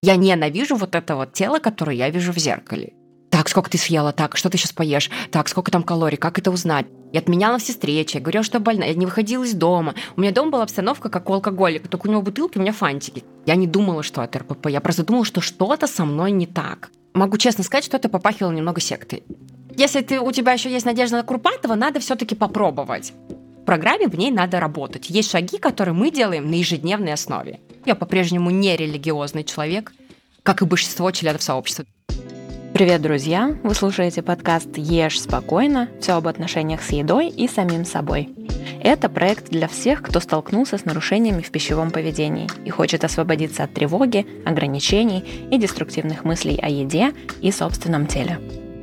Я ненавижу вот это вот тело, которое я вижу в зеркале. Так, сколько ты съела, так, что ты сейчас поешь, так, сколько там калорий, как это узнать? Я отменяла все встречи, я говорила, что больна, я не выходила из дома. У меня дома была обстановка, как у алкоголика, только у него бутылки, у меня фантики. Я не думала, что это РПП, я просто думала, что что-то со мной не так. Могу честно сказать, что это попахивало немного сектой. Если у тебя еще есть надежда на Курпатова, надо все-таки попробовать. В программе в ней надо работать. Есть шаги, которые мы делаем на ежедневной основе. Я по-прежнему не религиозный человек, как и большинство членов сообщества. Привет, друзья! Вы слушаете подкаст «Ешь спокойно. Все об отношениях с едой и самим собой». Это проект для всех, кто столкнулся с нарушениями в пищевом поведении и хочет освободиться от тревоги, ограничений и деструктивных мыслей о еде и собственном теле.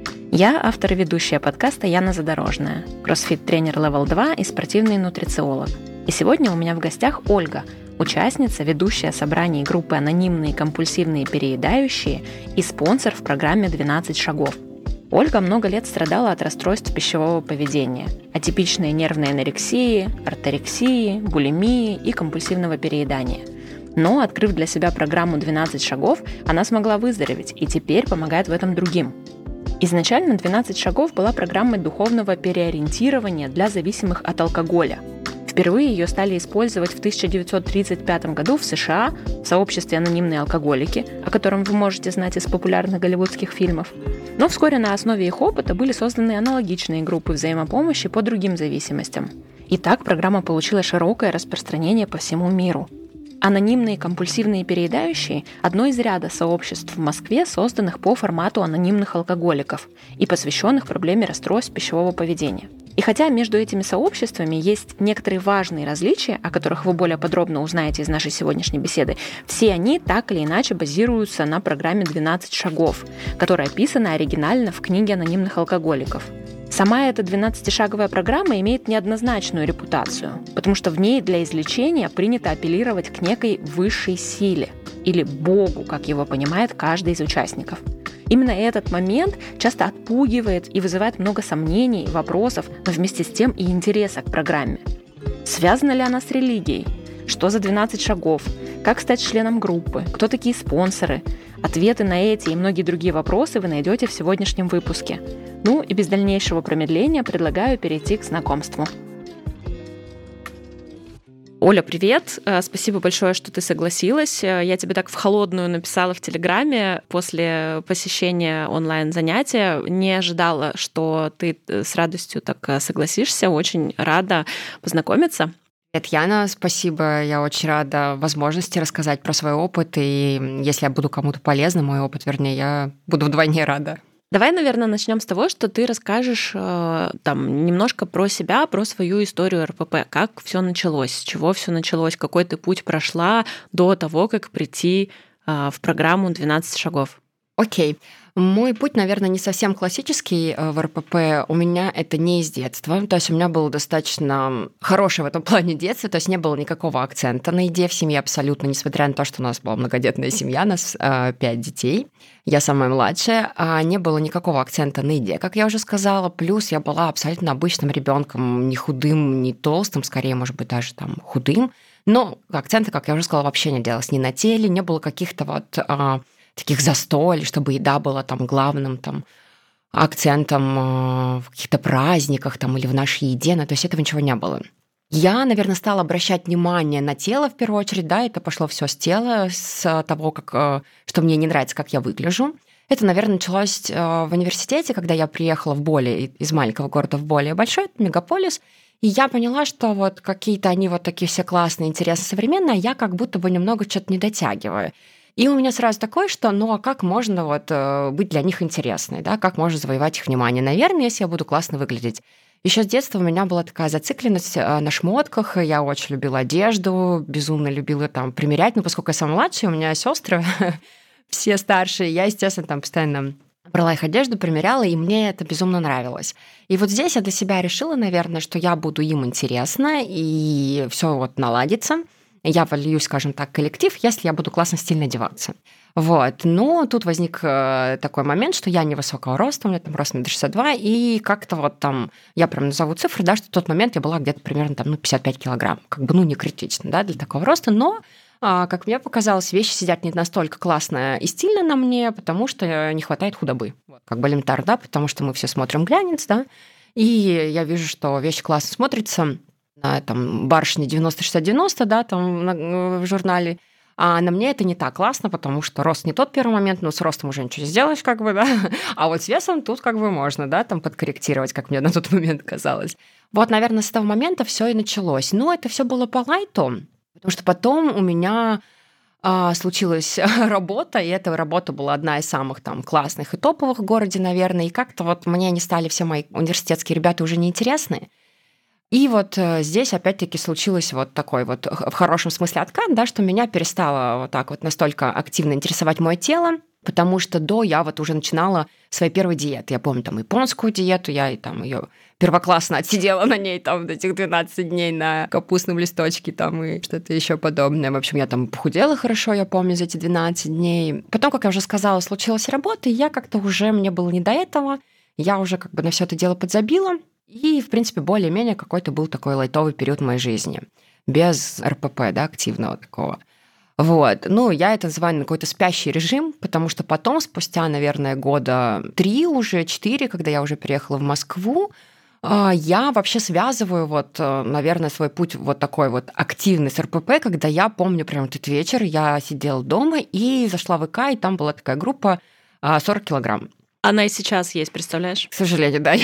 Я автор и ведущая подкаста Яна Задорожная, кроссфит-тренер Level 2 и спортивный нутрициолог. И сегодня у меня в гостях Ольга, участница, ведущая собраний группы «Анонимные компульсивные переедающие» и спонсор в программе «12 шагов». Ольга много лет страдала от расстройств пищевого поведения, атипичной нервной анорексии, орторексии, булимии и компульсивного переедания. Но, открыв для себя программу «12 шагов», она смогла выздороветь и теперь помогает в этом другим. Изначально «12 шагов» была программой духовного переориентирования для зависимых от алкоголя. Впервые ее стали использовать в 1935 году в США в сообществе «Анонимные алкоголики», о котором вы можете знать из популярных голливудских фильмов. Но вскоре на основе их опыта были созданы аналогичные группы взаимопомощи по другим зависимостям. И так программа получила широкое распространение по всему миру. Анонимные компульсивные переедающие – одно из ряда сообществ в Москве, созданных по формату анонимных алкоголиков и посвященных проблеме расстройств пищевого поведения. И хотя между этими сообществами есть некоторые важные различия, о которых вы более подробно узнаете из нашей сегодняшней беседы, все они так или иначе базируются на программе «12 шагов», которая описана оригинально в книге анонимных алкоголиков. Сама эта 12-шаговая программа имеет неоднозначную репутацию, потому что в ней для излечения принято апеллировать к некой высшей силе или Богу, как его понимает каждый из участников. Именно этот момент часто отпугивает и вызывает много сомнений, вопросов, но вместе с тем и интереса к программе. Связана ли она с религией? Что за 12 шагов? Как стать членом группы? Кто такие спонсоры? Ответы на эти и многие другие вопросы вы найдете в сегодняшнем выпуске. Ну и без дальнейшего промедления предлагаю перейти к знакомству. Оля, привет! Спасибо большое, что ты согласилась. Я тебе так в холодную написала в Телеграме после посещения онлайн-занятия. Не ожидала, что ты с радостью так согласишься. Очень рада познакомиться. Привет, Яна, спасибо. Я очень рада возможности рассказать про свой опыт. И если я буду кому-то полезна, мой опыт, вернее, я буду вдвойне рада. Давай, наверное, начнем с того, что ты расскажешь немножко про себя, про свою историю РПП. Как все началось, с чего все началось, какой ты путь прошла до того, как прийти в программу «12 шагов». Окей. Мой путь, наверное, не совсем классический в РПП. У меня это не из детства. То есть у меня было достаточно хорошее в этом плане детство. То есть не было никакого акцента на еде в семье абсолютно, несмотря на то, что у нас была многодетная семья, у нас 5 детей. Я самая младшая. Не было никакого акцента на еде, как я уже сказала. Плюс я была абсолютно обычным ребенком, не худым, не толстым, скорее, может быть, даже там худым. Но акцента, как я уже сказала, вообще не делалось ни на теле, не было каких-то таких застолий, чтобы еда была там главным там акцентом в каких-то праздниках там, или в нашей еде, то есть этого ничего не было. Я, наверное, стала обращать внимание на тело в первую очередь, да, это пошло все с тела, с того, что мне не нравится, как я выгляжу. Это, наверное, началось в университете, когда я приехала из маленького города в более большой, это мегаполис, и я поняла, что вот какие-то они вот такие все классные, интересные, современные, а я как будто бы немного что-то не дотягиваю. И у меня сразу такое, что а как можно быть для них интересной, да, как можно завоевать их внимание? Наверное, если я буду классно выглядеть. Еще с детства у меня была такая зацикленность на шмотках, я очень любила одежду, безумно любила там примерять, но поскольку я самая младшая, у меня сестры все старшие, я, естественно, там постоянно брала их одежду, примеряла, и мне это безумно нравилось. И вот здесь я для себя решила, наверное, что я буду им интересна, и все наладится. Я вольюсь, скажем так, в коллектив, если я буду классно, стильно одеваться. Но тут возник такой момент, что я невысокого роста, у меня там рост 1,62 м, и как-то я прям назову цифру, да, что в тот момент я была где-то примерно 55 килограмм. Не критично, да, для такого роста, но как мне показалось, вещи сидят не настолько классно и стильно на мне, потому что не хватает худобы. Вот, как бы элементарно, да, потому что мы все смотрим глянец, да, и я вижу, что вещи классно смотрятся на там барышне 90-60-90, да, там в журнале, а на мне это не так классно, потому что рост не тот первый момент, но с ростом уже ничего не сделаешь, как бы, да, а вот с весом тут как бы можно, да, там подкорректировать, как мне на тот момент казалось. Вот, наверное, с того момента все и началось. Но это все было по лайту, потому что потом у меня случилась работа, и эта работа была одна из самых там классных и топовых в городе, наверное, и как-то вот мне они стали, все мои университетские ребята, уже неинтересны. И вот здесь опять-таки случилось вот такой вот в хорошем смысле откат, да, что меня перестало вот так вот настолько активно интересовать мое тело, потому что я вот уже начинала свои первые диеты. Я помню там японскую диету, я и там ее первоклассно отсидела на ней там до этих 12 дней на капустном листочке там и что-то еще подобное. В общем, я там похудела хорошо, я помню, за эти 12 дней. Потом, как я уже сказала, случилась работа, и я как-то уже, мне было не до этого, я уже как бы на все это дело подзабила. И, в принципе, более-менее какой-то был такой лайтовый период в моей жизни. Без РПП, да, активного такого. Вот. Ну, я это называю на какой-то спящий режим, потому что потом, спустя, наверное, года 3 уже, 4, когда я уже переехала в Москву, я вообще связываю вот, наверное, свой путь вот такой вот активный с РПП, когда я помню прям этот вечер, я сидела дома и зашла в ИК, и там была такая группа 40 килограмм. Она и сейчас есть, представляешь? К сожалению, да.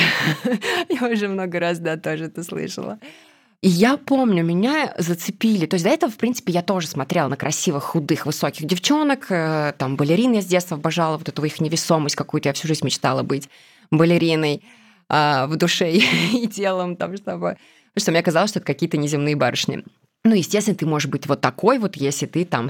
Я уже много раз, да, тоже это слышала. И я помню, меня зацепили. То есть до этого, в принципе, я тоже смотрела на красивых, худых, высоких девчонок. Там балерин я с детства обожала, вот эту их невесомость какую-то. Я всю жизнь мечтала быть балериной в душе и телом, там, чтобы... Потому что мне казалось, что это какие-то неземные барышни. Ну, естественно, ты можешь быть вот такой вот, если ты там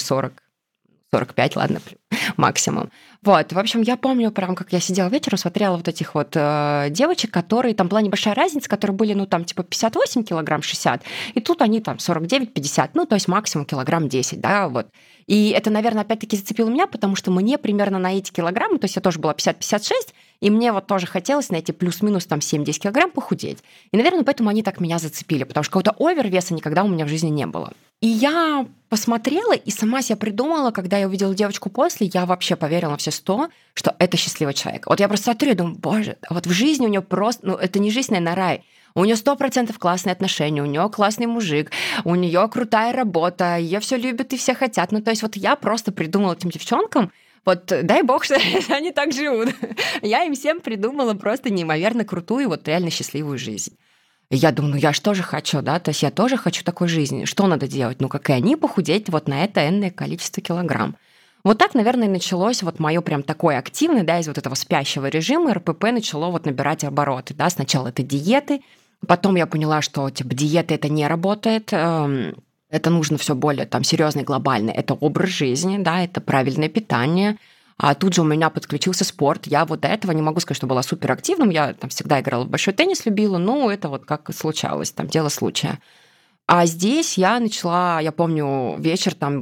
45, ладно, максимум. Вот, в общем, я помню прям, как я сидела вечером, смотрела вот этих вот девочек, которые, там была небольшая разница, которые были, ну, там, типа 58 килограмм, 60, и тут они там 49-50, ну, то есть максимум килограмм 10, да, вот. И это, наверное, опять-таки зацепило меня, потому что мне примерно на эти килограммы, то есть я тоже была 50-56, и мне вот тоже хотелось на эти плюс-минус там 7-10 килограмм похудеть. И, наверное, поэтому они так меня зацепили, потому что какого-то овервеса никогда у меня в жизни не было. И я посмотрела и сама себе придумала, когда я увидела девочку после, я вообще поверила на все 100, что это счастливый человек. Вот я просто смотрю и думаю, боже, вот в жизни у нее просто, ну это не жизнь, наверное, рай. У нее 100% классные отношения, у нее классный мужик, у нее крутая работа, ее все любят и все хотят. Ну то есть вот я просто придумала этим девчонкам, вот дай бог, что они так живут. Я им всем придумала просто неимоверно крутую, вот реально счастливую жизнь. И я думаю, ну я же тоже хочу, да, то есть я тоже хочу такой жизни. Что надо делать? Ну, как и они, похудеть вот на это энное количество килограмм. Вот так, наверное, началось вот мое прям такое активное, да, из вот этого спящего режима РПП начало вот набирать обороты, да. Сначала это диеты, потом я поняла, что типа диеты это не работает, это нужно все более там серьезно и глобально. Это образ жизни, да, это правильное питание. А тут же у меня подключился спорт. Я вот до этого не могу сказать, что была суперактивным. Я там всегда играла в большой теннис, любила. Ну, это вот как случалось, там дело случая. А здесь я начала, я помню, вечер, там,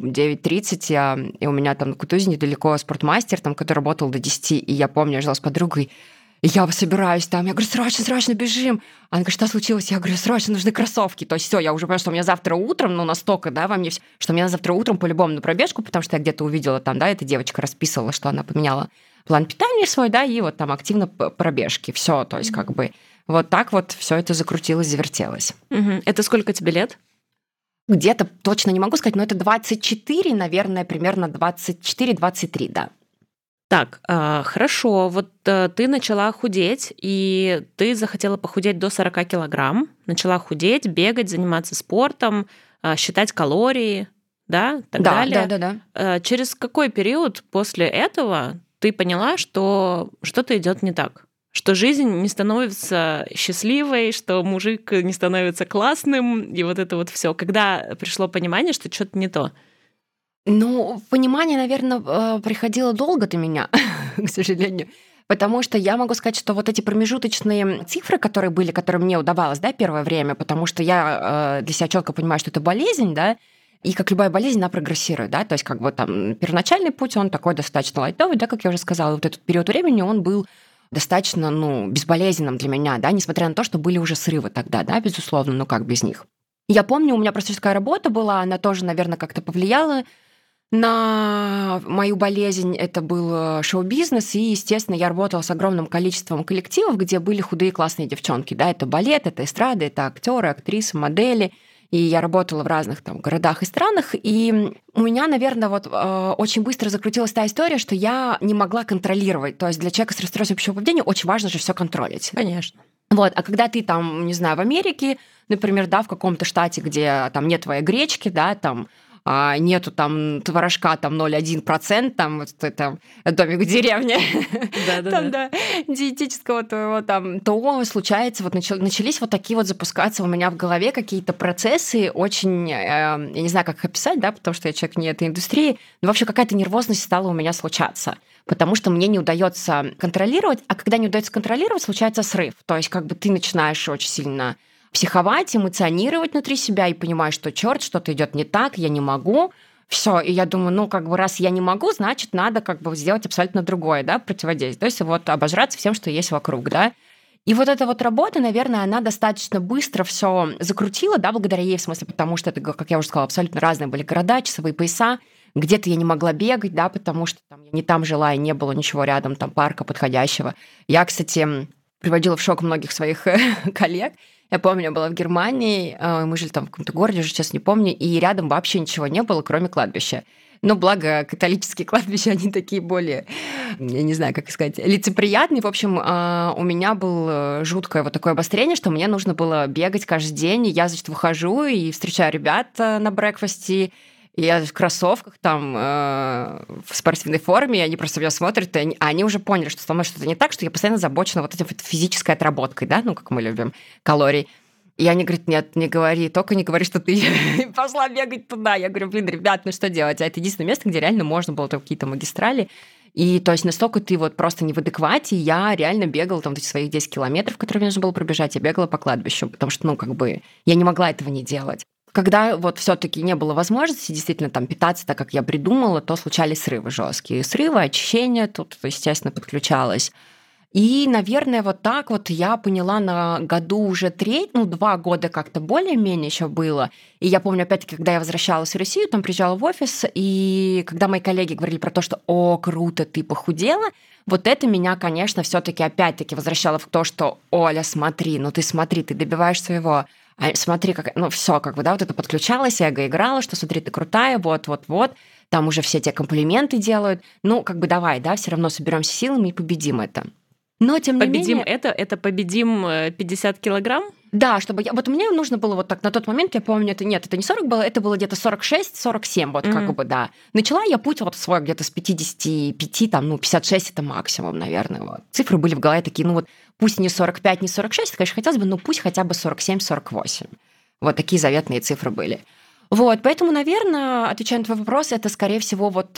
9:30, и у меня там на Кутузе недалеко спортмастер, там, который работал до 10, и я помню, я жила с подругой, и я собираюсь там, я говорю, срочно бежим. Она говорит, что случилось? Я говорю, срочно нужны кроссовки. То есть все, я уже поняла, что у меня завтра утром, ну, настолько, да, во мне, что мне завтра утром по-любому на пробежку, потому что я где-то увидела там, да, эта девочка расписывала, что она поменяла план питания свой, да, и вот там активно пробежки. Все, то есть как бы вот так вот все это закрутилось, завертелось. Это сколько тебе лет? Где-то точно не могу сказать, но это 24, наверное, примерно 24-23, да. Так, хорошо. Вот ты начала худеть, и ты захотела похудеть до 40 килограмм, начала худеть, бегать, заниматься спортом, считать калории, да, так далее. Да. Через какой период после этого ты поняла, что что-то идет не так? Что жизнь не становится счастливой, что мужик не становится классным, и вот это вот все. Когда пришло понимание, что что-то не то? Ну, понимание, наверное, приходило долго до меня, к сожалению. Потому что я могу сказать, что вот эти промежуточные цифры, которые были, которые мне удавалось, да, первое время, потому что я для себя четко понимаю, что это болезнь, да, и как любая болезнь, она прогрессирует, да, то есть как бы там первоначальный путь, он такой достаточно лайтовый, да, как я уже сказала, вот этот период времени, он был достаточно, ну, безболезненным для меня, да, несмотря на то, что были уже срывы тогда, да, безусловно, ну как без них. Я помню, у меня просто такая работа была, она тоже, наверное, как-то повлияла на мою болезнь. Это был шоу-бизнес, и, естественно, я работала с огромным количеством коллективов, где были худые классные девчонки. Да, это балет, это эстрада, это актеры, актрисы, модели. И я работала в разных там городах и странах. И у меня, наверное, очень быстро закрутилась та история, что я не могла контролировать. То есть для человека с расстройством пищевого поведения очень важно же все контролить. Конечно. Вот, а когда ты там, не знаю, в Америке, например, да, в каком-то штате, где там нет твоей гречки, да, там нету там творожка там 0,1%, там вот это домик в деревне, там, да, диетического твоего там, то случается, вот начались вот такие вот запускаться у меня в голове какие-то процессы очень, я не знаю, как их описать, да, потому что я человек не этой индустрии, но вообще какая-то нервозность стала у меня случаться, потому что мне не удается контролировать, а когда не удается контролировать, случается срыв, то есть как бы ты начинаешь очень сильно психовать, эмоционировать внутри себя и понимаешь, что черт, что-то идет не так, я не могу. Все, и я думаю, ну, как бы раз я не могу, значит, надо как бы сделать абсолютно другое, да, противодействие. То есть вот обожраться всем, что есть вокруг, да. И вот эта вот работа, наверное, она достаточно быстро все закрутила, да, благодаря ей, в смысле, потому что это, как я уже сказала, абсолютно разные были города, часовые пояса. Где-то я не могла бегать, да, потому что там, я не там жила, и не было ничего рядом, там, парка подходящего. Я, кстати, приводила в шок многих своих коллег. Я помню, я была в Германии, мы жили там в каком-то городе, уже сейчас не помню, и рядом вообще ничего не было, кроме кладбища. Но благо католические кладбища, они такие более, я не знаю, как сказать, лицеприятные. В общем, у меня было жуткое вот такое обострение, что мне нужно было бегать каждый день. И я, значит, выхожу и встречаю ребят на брекфасте, и я в кроссовках там, в спортивной форме, и они просто меня смотрят, и они уже поняли, что со мной что-то не так, что я постоянно озабочена вот этой вот физической отработкой, да, ну, как мы любим, калорий. И они говорят, нет, не говори, только не говори, что ты пошла бегать туда. Я говорю, блин, ребят, ну что делать? А это единственное место, где реально можно было, там какие-то магистрали. И то есть настолько ты вот просто не в адеквате, я реально бегала там эти своих 10 километров, которые мне нужно было пробежать, я бегала по кладбищу, потому что, ну, как бы, я не могла этого не делать. Когда вот все-таки не было возможности действительно там питаться так, как я придумала, то случались срывы жесткие. Срывы, очищение тут, естественно, подключалось. И, наверное, вот так вот я поняла на году уже 2 года как-то более-менее еще было. И я помню, опять-таки, когда я возвращалась в Россию, там приезжала в офис, и когда мои коллеги говорили про то, что «О, круто, ты похудела», вот это меня, конечно, все-таки опять-таки возвращало в то, что «Оля, смотри, ну ты смотри, ты добиваешь своего». А смотри, как, ну все, как бы, да, вот это подключалось, эго играло, что смотри, ты крутая, вот, там уже все тебе комплименты делают, ну, как бы давай, да, все равно соберемся силами и победим это. Но тем не менее... Победим это победим 50 килограмм? Да, чтобы я... Вот мне нужно было вот так, на тот момент, я помню, это не 40 было, это было где-то 46-47, вот как бы, да. Начала я путь вот свой где-то с 55, там, ну, 56 это максимум, наверное, вот. Цифры были в голове такие, ну вот, пусть не 45, не 46, конечно, хотелось бы, но пусть хотя бы 47-48. Вот такие заветные цифры были. Вот, поэтому, наверное, отвечая на твой вопрос, это, скорее всего, вот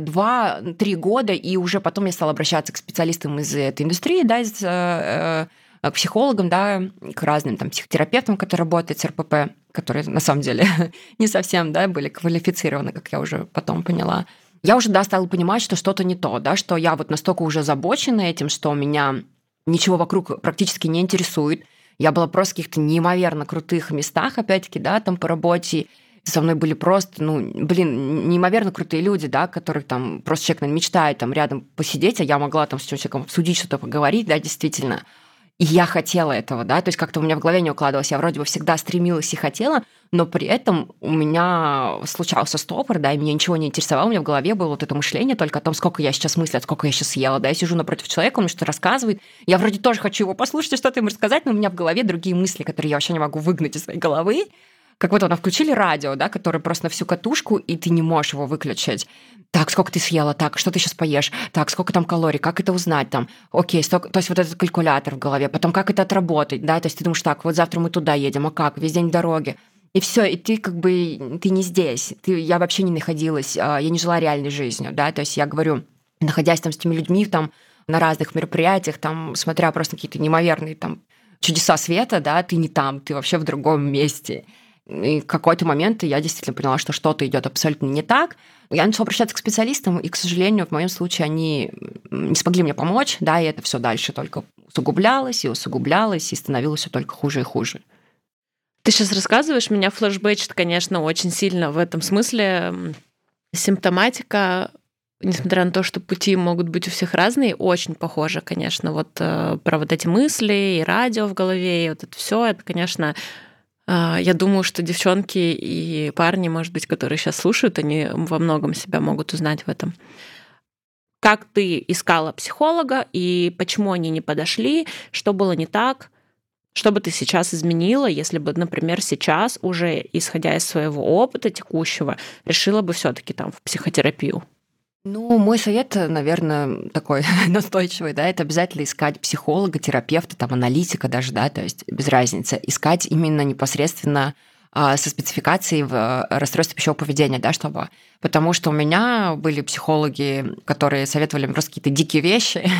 2-3 года, и уже потом я стала обращаться к специалистам из этой индустрии, да, к психологам, да, к разным там психотерапевтам, которые работают с РПП, которые, на самом деле, не совсем, да, были квалифицированы, как я уже потом поняла. Я уже, да, стала понимать, что что-то не то, да, что я вот настолько уже озабочена этим, что меня ничего вокруг практически не интересует. Я была просто в каких-то неимоверно крутых местах, опять-таки, да, там по работе. Со мной были просто, неимоверно крутые люди, да, которых там просто человек, наверное, мечтает там рядом посидеть, а я могла там с человеком обсудить, что-то поговорить, да, действительно. И я хотела этого, да, то есть как-то у меня в голове не укладывалось. Я вроде бы всегда стремилась и хотела, но при этом у меня случался стопор, да, и меня ничего не интересовало. У меня в голове было вот это мышление только о том, сколько я сейчас мыслю, сколько я сейчас съела, да. Я сижу напротив человека, он мне что-то рассказывает. Я вроде тоже хочу его послушать и что-то ему рассказать, но у меня в голове другие мысли, которые я вообще не могу выгнать из своей головы. Как вот включили радио, да, которое просто на всю катушку, и ты не можешь его выключить. Так, сколько ты съела, так, что ты сейчас поешь, так, сколько там калорий, как это узнать там, окей, столько, то есть вот этот калькулятор в голове, потом как это отработать, да, то есть ты думаешь, так, вот завтра мы туда едем, а как, весь день в дороге, и все, и ты как бы, ты не здесь, я вообще не находилась, я не жила реальной жизнью, да, то есть я говорю, находясь там с этими людьми, там, на разных мероприятиях, там, смотря просто какие-то неимоверные там чудеса света, да, ты не там, ты вообще в другом месте. И в какой-то момент я действительно поняла, что что-то идет абсолютно не так. Я начала обращаться к специалистам, и, к сожалению, в моем случае они не смогли мне помочь, да, и это все дальше только усугублялось, и становилось все только хуже и хуже. Ты сейчас рассказываешь, меня флешбэчит, конечно, очень сильно в этом смысле. Симптоматика, несмотря на то, что пути могут быть у всех разные, очень похожа, конечно, вот про вот эти мысли и радио в голове, и вот это все, это, конечно, я думаю, что девчонки и парни, может быть, которые сейчас слушают, они во многом себя могут узнать в этом. Как ты искала психолога и почему они не подошли, что было не так, что бы ты сейчас изменила, если бы, например, сейчас, уже исходя из своего опыта текущего, решила бы все-таки там в психотерапию? Ну, мой совет, наверное, такой настойчивый, да, это обязательно искать психолога, терапевта, там, аналитика даже, да, то есть без разницы. Искать именно непосредственно со спецификацией в расстройстве пищевого поведения, да, чтобы... Потому что у меня были психологи, которые советовали мне просто какие-то дикие вещи,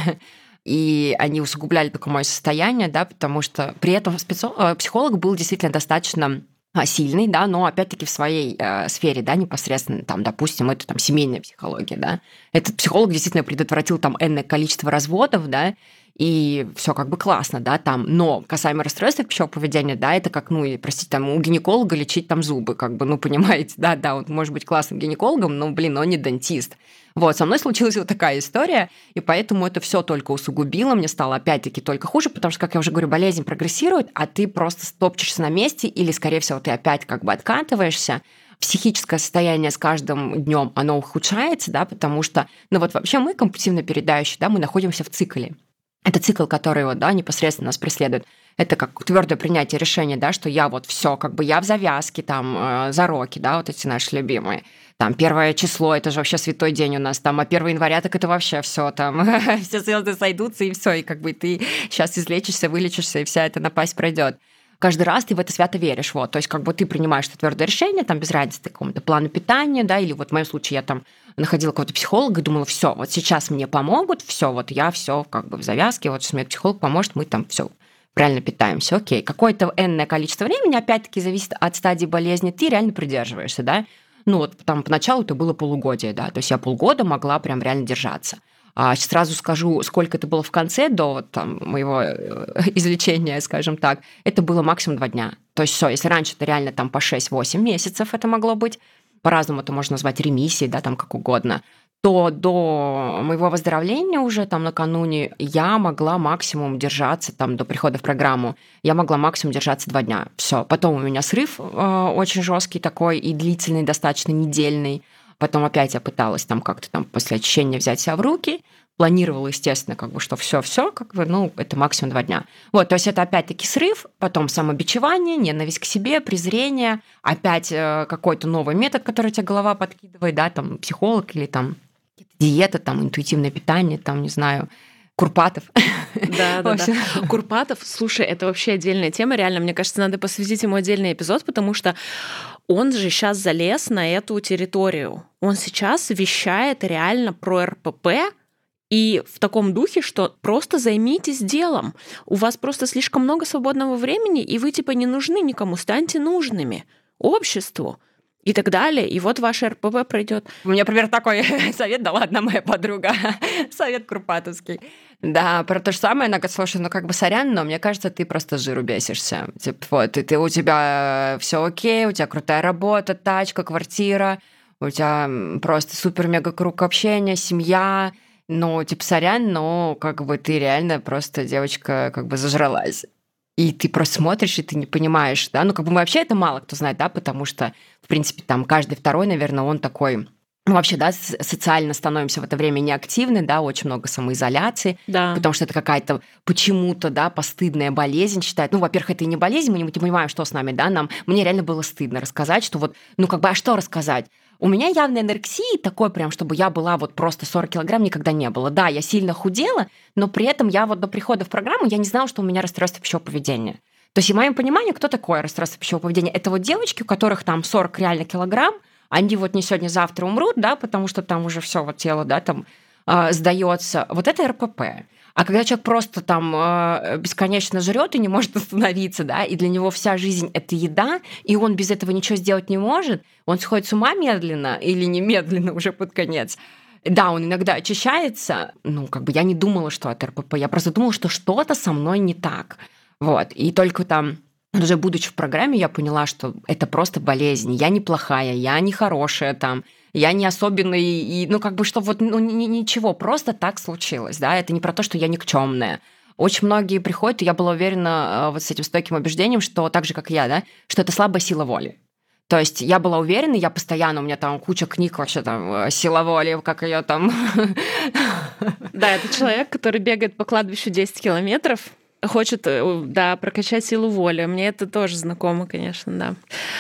и они усугубляли только мое состояние, да, потому что при этом психолог был действительно достаточно сильный, да, но опять-таки в своей сфере, да, непосредственно, там, допустим, это там семейная психология, да. Этот психолог действительно предотвратил там энное количество разводов, да, и все как бы классно, да, там. Но касаемо расстройства пищевого поведения, да, это как, ну, и, простите, там, у гинеколога лечить там зубы, как бы, ну, понимаете, да, он может быть классным гинекологом, но, блин, он не дантист. Вот, со мной случилась вот такая история, и поэтому это все только усугубило, мне стало опять-таки только хуже, потому что, как я уже говорю, болезнь прогрессирует, а ты просто топчешься на месте, или, скорее всего, ты опять как бы откатываешься. Психическое состояние с каждым днем оно ухудшается, да, потому что, ну вот вообще мы, компульсивно передающие, да, мы находимся в цикле. Это цикл, который вот, да, непосредственно нас преследует. Это как твердое принятие решения, да, что я вот все, как бы я в завязке, там, зароки, да, вот эти наши любимые. Там 1 число, это же вообще святой день у нас, там, а 1 января, так это вообще все там, все звезды сойдутся, и все, и как бы ты сейчас излечишься, вылечишься, и вся эта напасть пройдет. Каждый раз ты в это свято веришь, вот, то есть как бы ты принимаешь это твердое решение, там, без разницы, какому-то плану питания, да, или вот в моем случае я там находила какого-то психолога и думала, все, вот сейчас мне помогут, все, вот я все как бы в завязке, вот сейчас мне психолог поможет, мы там все правильно питаемся, окей. Какое-то энное количество времени, опять-таки, зависит от стадии болезни, ты реально придерживаешься, да. Ну вот там поначалу это было полугодие, да, то есть я полгода могла прям реально держаться. Сразу скажу, сколько это было в конце до вот, там, моего излечения, скажем так, это было максимум 2 дня. То есть все, если раньше это реально там по 6-8 месяцев это могло быть, по-разному это можно назвать ремиссией, да, там как угодно, то до моего выздоровления уже там накануне я могла максимум держаться, там до прихода в программу, я могла максимум держаться 2 дня. Все. Потом у меня срыв очень жесткий такой и длительный, достаточно недельный. Потом опять я пыталась там как-то там после очищения взять себя в руки, планировала, естественно, как бы, что все, как бы, ну, это максимум 2 дня. Вот, то есть это опять-таки срыв, потом самобичевание, ненависть к себе, презрение, опять какой-то новый метод, который тебе голова подкидывает, да, там, психолог или там диета, там, интуитивное питание, там, не знаю, Курпатов. Да. Курпатов, слушай, это вообще отдельная тема, реально, мне кажется, надо посвятить ему отдельный эпизод, потому что он же сейчас залез на эту территорию. Он сейчас вещает реально про РПП, и в таком духе, что просто займитесь делом. У вас просто слишком много свободного времени, и вы типа не нужны никому, станьте нужными обществу. И так далее. И вот ваш РПП пройдет. Мне, например, такой совет дала одна моя подруга. Совет курпатовский. Да, про то же самое. Она говорит, слушай, ну как бы сорян, но мне кажется, ты просто с жиру бесишься. Типа, вот, и у тебя все окей, у тебя крутая работа, тачка, квартира, у тебя просто супер-мега круг общения, семья. Ну, типа, сорян, но как бы ты реально просто девочка как бы зажралась. И ты просто смотришь, и ты не понимаешь, да, ну, как бы вообще это мало кто знает, да, потому что, в принципе, там каждый второй, наверное, он такой, ну, вообще, да, социально становимся в это время неактивны, да, очень много самоизоляции, да. Потому что это какая-то почему-то, да, постыдная болезнь считают. Ну, во-первых, это и не болезнь, мы не понимаем, что с нами, да, мне реально было стыдно рассказать, что вот, ну, как бы, а что рассказать? У меня явной анорексии такой прям, чтобы я была вот просто 40 килограмм, никогда не было. Да, я сильно худела, но при этом я вот до прихода в программу, я не знала, что у меня расстройство пищевого поведения. То есть, в моем понимании, кто такое расстройство пищевого поведения? Это вот девочки, у которых там 40 реально килограмм, они вот не сегодня, завтра умрут, да, потому что там уже все вот тело, да, там сдается. Вот это РПП. А когда человек просто там бесконечно жрет и не может остановиться, да, и для него вся жизнь – это еда, и он без этого ничего сделать не может, он сходит с ума медленно или немедленно уже под конец. Да, он иногда очищается, ну, как бы я не думала, что это РПП, я просто думала, что что-то со мной не так. Вот, и только там Уже будучи в программе, я поняла, что это просто болезнь. Я не плохая, я не хорошая там, я не особенный, и, что вот ничего, просто так случилось, да, это не про то, что я никчемная. Очень многие приходят, и я была уверена вот с этим стойким убеждением, что так же, как я, да, что это слабая сила воли. То есть я была уверена, я постоянно, у меня там куча книг вообще там «Сила воли», как ее там... Да, это человек, который бегает по кладбищу 10 километров, хочет, да, прокачать силу воли. Мне это тоже знакомо, конечно, да.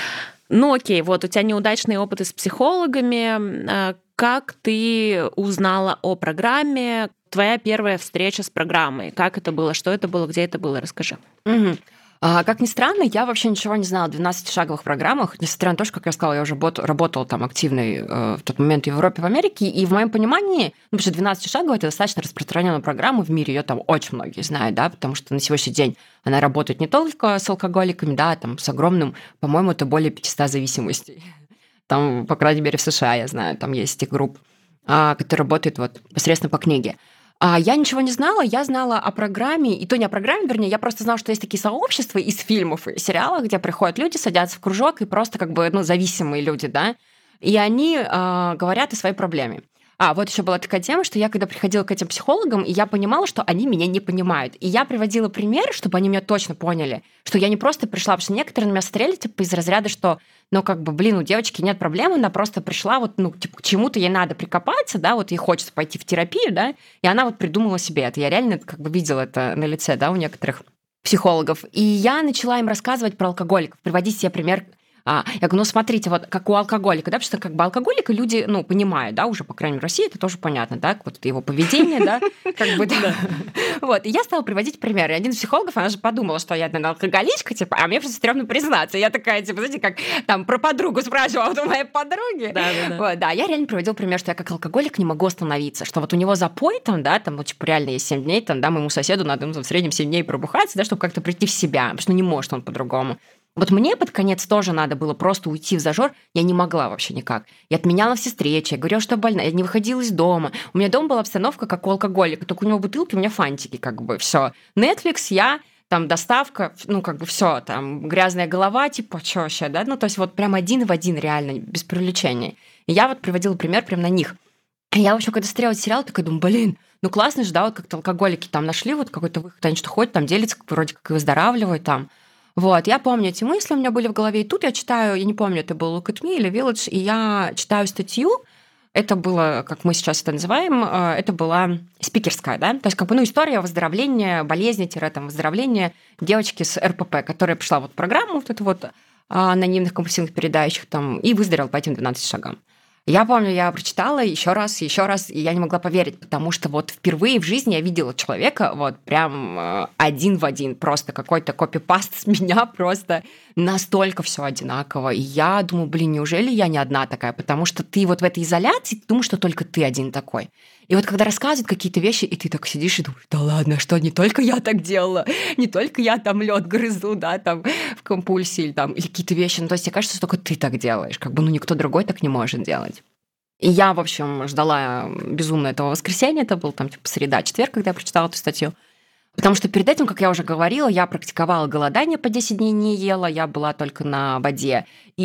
Ну окей, вот у тебя неудачные опыты с психологами. Как ты узнала о программе? Твоя первая встреча с программой. Как это было? Что это было? Где это было? Расскажи. Как ни странно, я вообще ничего не знала о 12-шаговых программах, несмотря на то, что, как я сказала, я уже работала там активно в тот момент в Европе, в Америке, и в моем понимании, потому что 12-шаговая – это достаточно распространенная программа в мире, ее там очень многие знают, да, потому что на сегодняшний день она работает не только с алкоголиками, да, там с огромным, по-моему, это более 500 зависимостей. Там, по крайней мере, в США, я знаю, там есть этих групп, которые работают вот непосредственно по книге. Я ничего не знала, я знала о программе, и то не о программе, вернее, я просто знала, что есть такие сообщества из фильмов и сериалов, где приходят люди, садятся в кружок, и просто зависимые люди, да, и они говорят о своей проблеме. Вот еще была такая тема, что я когда приходила к этим психологам, и я понимала, что они меня не понимают. И я приводила пример, чтобы они меня точно поняли, что я не просто пришла, потому что некоторые на меня смотрели из разряда, что, у девочки нет проблемы, она просто пришла, к чему-то ей надо прикопаться, да, вот ей хочется пойти в терапию, да, и она вот придумала себе это. Я реально видела это на лице, да, у некоторых психологов. И я начала им рассказывать про алкоголиков, приводить себе пример. Я говорю, смотрите, вот как у алкоголика, да, потому что алкоголика люди, понимают, да, уже, по крайней мере, в России это тоже понятно, да, вот это его поведение, да, да. Вот, и я стала приводить примеры. И один из психологов, она же подумала, что я, наверное, алкоголичка, а мне просто стрёмно признаться. Я такая, знаете, как там про подругу спрашивала, вот у моей подруги. Да. Вот, да, я реально приводила пример, что я как алкоголик не могу остановиться, что вот у него запой там, да, там, реально есть 7 дней, там, да, моему соседу надо в среднем 7 дней пробухаться, да, чтобы как-то прийти в себя, потому что не может он по-другому. Вот мне под конец тоже надо было просто уйти в зажор. Я не могла вообще никак. Я отменяла все встречи, я говорила, что больна, я не выходила из дома. У меня дома была обстановка, как у алкоголика, только у него бутылки, у меня фантики, все. Netflix, я, там, доставка, все, там, грязная голова, что вообще, да? То есть вот прям один в один реально, без привлечения. И я вот приводила пример прям на них. И я вообще, когда смотрела сериал, такая думаю, классно же, да, вот как-то алкоголики там нашли вот какой-то выход, они что ходят, там делятся, вроде как и выздоравливают там. Вот, я помню эти мысли у меня были в голове, и тут я читаю, я не помню, это был Look at Me или Village, и я читаю статью, это было, как мы сейчас это называем, это была спикерская, да, то есть история выздоровления, выздоровления девочки с РПП, которая пришла в программу вот эту вот анонимных компульсивных передающих там и выздоровела по этим 12 шагам. Я помню, я прочитала еще раз, и я не могла поверить, потому что вот впервые в жизни я видела человека вот прям один в один, просто какой-то копипаст с меня, просто настолько все одинаково. И я думаю, неужели я не одна такая? Потому что ты вот в этой изоляции, ты думаешь, что только ты один такой. И вот когда рассказывают какие-то вещи, и ты так сидишь и думаешь, да ладно, что не только я так делала, не только я там лед грызу, да, там в компульсии или какие-то вещи. То есть тебе кажется, что только ты так делаешь, никто другой так не может делать. И я, в общем, ждала безумно этого воскресенья, это был среда, четверг, когда я прочитала эту статью. Потому что перед этим, как я уже говорила, я практиковала голодание, по 10 дней не ела, я была только на воде.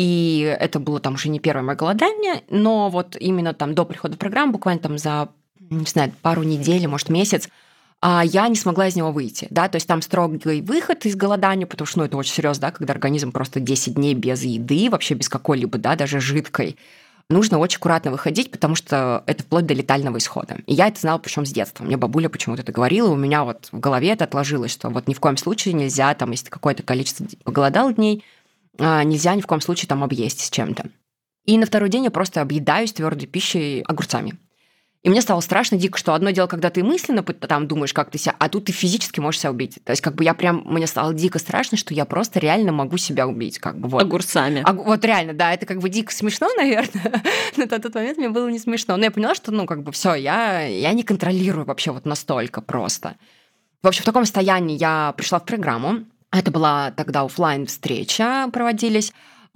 И это было уже не первое мое голодание, но вот именно до прихода в программу, буквально за, не знаю, пару недель, может, месяц, я не смогла из него выйти, да, то есть там строгий выход из голодания, потому что, это очень серьезно, да, когда организм просто 10 дней без еды, вообще без какой-либо, да, даже жидкой, нужно очень аккуратно выходить, потому что это вплоть до летального исхода. И я это знала, причем с детства. Мне бабуля почему-то это говорила, у меня вот в голове это отложилось, что вот ни в коем случае нельзя, если какое-то количество поголодал дней, нельзя ни в коем случае объесть с чем-то. И на второй день я просто объедаюсь твердой пищей огурцами. И мне стало страшно, дико, что одно дело, когда ты мысленно думаешь, как ты себя, а тут ты физически можешь себя убить. То есть мне стало дико страшно, что я просто реально могу себя убить. Вот. Огурцами. Вот реально, да, это дико смешно, наверное, но на тот момент мне было не смешно. Но я поняла, что, все, я не контролирую вообще вот настолько просто. В общем, в таком состоянии я пришла в программу. Это была тогда офлайн встреча проводились.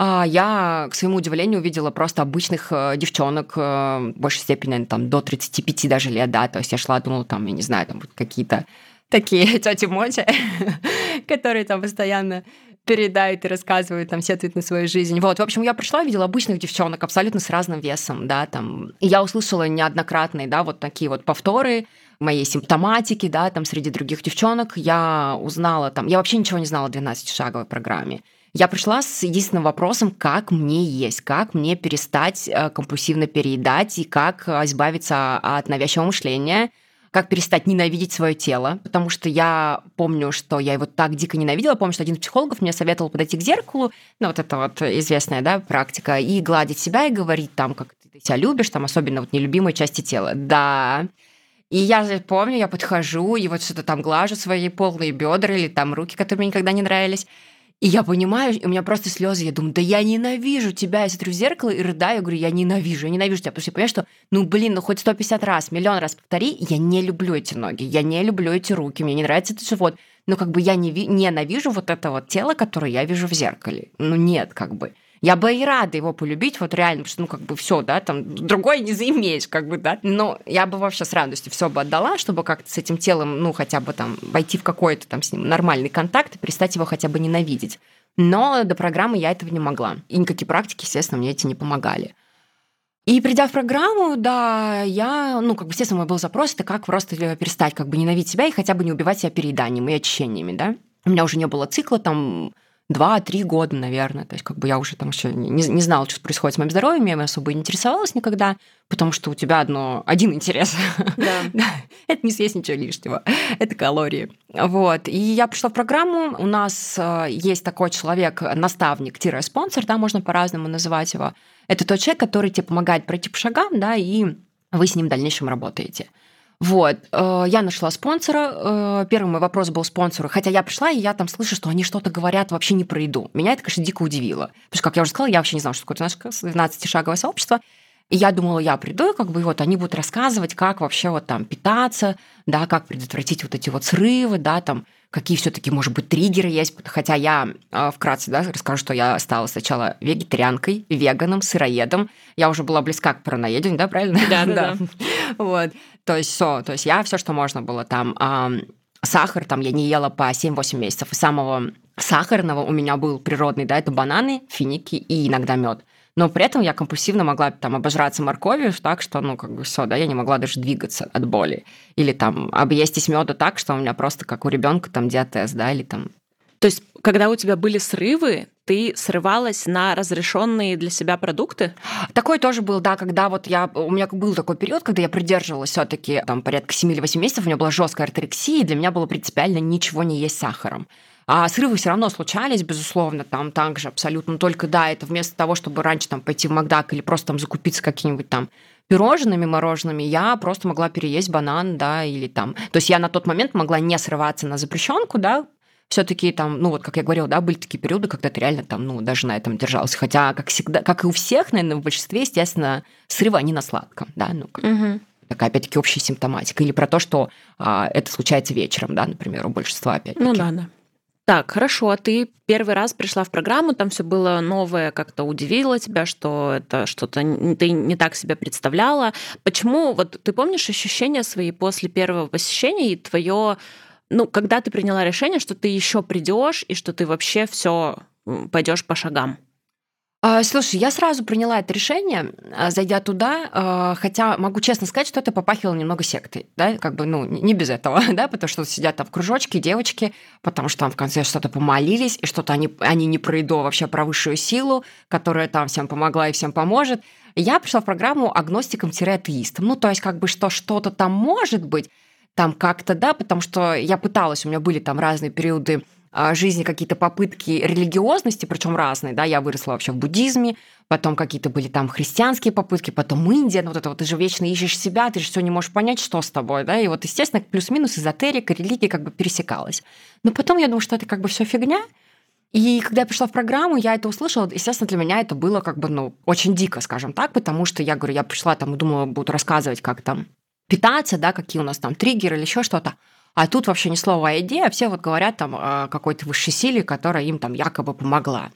Я, к своему удивлению, увидела просто обычных девчонок, в большей степени, наверное, до 35 даже лет, да, то есть я шла, думала, я не знаю, какие-то такие тети-моти, которые постоянно передают и рассказывают, там, сетуют на свою жизнь. Вот, в общем, я пришла, видела обычных девчонок, абсолютно с разным весом, да, там. И я услышала неоднократные, да, вот такие вот повторы моей симптоматики, да, там, среди других девчонок. Я узнала там, я вообще ничего не знала о 12-шаговой программе. Я пришла с единственным вопросом, как мне есть, как мне перестать компульсивно переедать и как избавиться от навязчивого мышления, как перестать ненавидеть свое тело, потому что я помню, что я его так дико ненавидела. Помню, что один из психологов мне советовал подойти к зеркалу, ну, вот это вот известная, да, практика, и гладить себя и говорить там, как ты себя любишь, там, особенно вот нелюбимые части тела. Да. И я помню, я подхожу, и вот что-то там глажу свои полные бедра или там руки, которые мне никогда не нравились. И я понимаю, у меня просто слезы, я думаю, да я ненавижу тебя. Я смотрю в зеркало и рыдаю, я говорю, я ненавижу тебя. Потому что я понимаю, что, ну хоть 150 раз, миллион раз повтори, я не люблю эти ноги, я не люблю эти руки, мне не нравится этот живот. Но как бы я ненавижу вот это вот тело, которое я вижу в зеркале. Ну нет, как бы. Я бы и рада его полюбить, вот реально, потому что, ну, как бы все, да, там, другой не заимеешь, как бы, да. Но я бы вообще с радостью все бы отдала, чтобы как-то с этим телом, ну, хотя бы там войти в какой-то там с ним нормальный контакт и перестать его хотя бы ненавидеть. Но до программы я этого не могла. И никакие практики, естественно, мне эти не помогали. И придя в программу, да, я, ну, как бы, естественно, мой был запрос, это как просто перестать как бы ненавидеть себя и хотя бы не убивать себя перееданием и очищениями, да. У меня уже не было цикла там 2-3 года, наверное. То есть как бы я уже там еще не знала, что происходит с моим здоровьем, я особо и не интересовалась никогда, потому что у тебя один интерес. Да. Это не съесть ничего лишнего, это калории. Вот. И я пришла в программу, у нас есть такой человек, наставник-спонсор, да, можно по-разному называть его. Это тот человек, который тебе помогает пройти по шагам, да, и вы с ним в дальнейшем работаете. Вот, я нашла спонсора. Первый мой вопрос был спонсору, хотя я пришла, и я там слышу, что они что-то говорят вообще не про еду. Меня это, конечно, дико удивило. Потому что, как я уже сказала, я вообще не знала, что такое 12-шаговое сообщество. И я думала, я приду, и как бы вот они будут рассказывать, как вообще вот там питаться, да, как предотвратить вот эти вот срывы, да, там, какие все-таки, может быть, триггеры есть. Хотя я вкратце, да, расскажу, что я стала сначала вегетарианкой, веганом, сыроедом. Я уже была близка к параноедению, да, правильно? Да. Вот. То есть я все, что можно было там. Сахар там я не ела по 7-8 месяцев. И самого сахарного у меня был природный, да, это бананы, финики и иногда мед. Но при этом я компульсивно могла там обожраться морковью так, что, ну, как бы все, да, я не могла даже двигаться от боли. Или там объестись меда так, что у меня просто как у ребенка там диатез, да, или там. То есть, когда у тебя были срывы, ты срывалась на разрешенные для себя продукты? Такой тоже был, да, когда вот у меня был такой период, когда я придерживалась все-таки там порядка 7 или 8 месяцев, у меня была жесткая орторексия, и для меня было принципиально ничего не есть сахаром. А срывы все равно случались, безусловно, там также абсолютно. Только да, это вместо того, чтобы раньше там пойти в Макдак или просто там закупиться какими-нибудь там пирожными, мороженными, я просто могла переесть банан, да, или там. То есть я на тот момент могла не срываться на запрещенку, да, все-таки там, ну вот, как я говорила, да, были такие периоды, когда ты реально там, ну, даже на этом держалась. Хотя, как всегда, как и у всех, наверное, в большинстве, естественно, срывы, они на сладком, да, ну, такая, опять-таки, общая симптоматика. Или про то, что это случается вечером, да, например, у большинства, опять-таки. Ну да. Так, хорошо, а ты первый раз пришла в программу, там все было новое, как-то удивило тебя, что это что-то ты не так себя представляла. Почему, вот ты помнишь ощущения свои после первого посещения и твое, ну, когда ты приняла решение, что ты еще придешь и что ты вообще все пойдешь по шагам? Слушай, я сразу приняла это решение, зайдя туда, хотя могу честно сказать, что это попахивало немного сектой, да, как бы, ну, не без этого, да, потому что сидят там в кружочке девочки, потому что там в конце что-то помолились, и что-то они не про еду, а вообще про высшую силу, которая там всем помогла и всем поможет. Я пришла в программу агностиком-атеистом, ну, то есть как бы что-то там может быть, там как-то, да, потому что я пыталась, у меня были там разные периоды жизни, какие-то попытки религиозности, причем разные, да, я выросла вообще в буддизме, потом какие-то были там христианские попытки, потом Индия, ну вот это вот ты же вечно ищешь себя, ты же все не можешь понять, что с тобой, да, и вот, естественно, плюс-минус эзотерика, религия как бы пересекалась. Но потом я думаю, что это как бы все фигня, и когда я пришла в программу, я это услышала, естественно, для меня это было как бы, ну, очень дико, скажем так, потому что я говорю, я пришла там и думала, будут рассказывать, как там питаться, да, какие у нас там триггеры или еще что-то. А тут вообще ни слова о еде, а все вот говорят там о какой-то высшей силе, которая им там якобы помогла.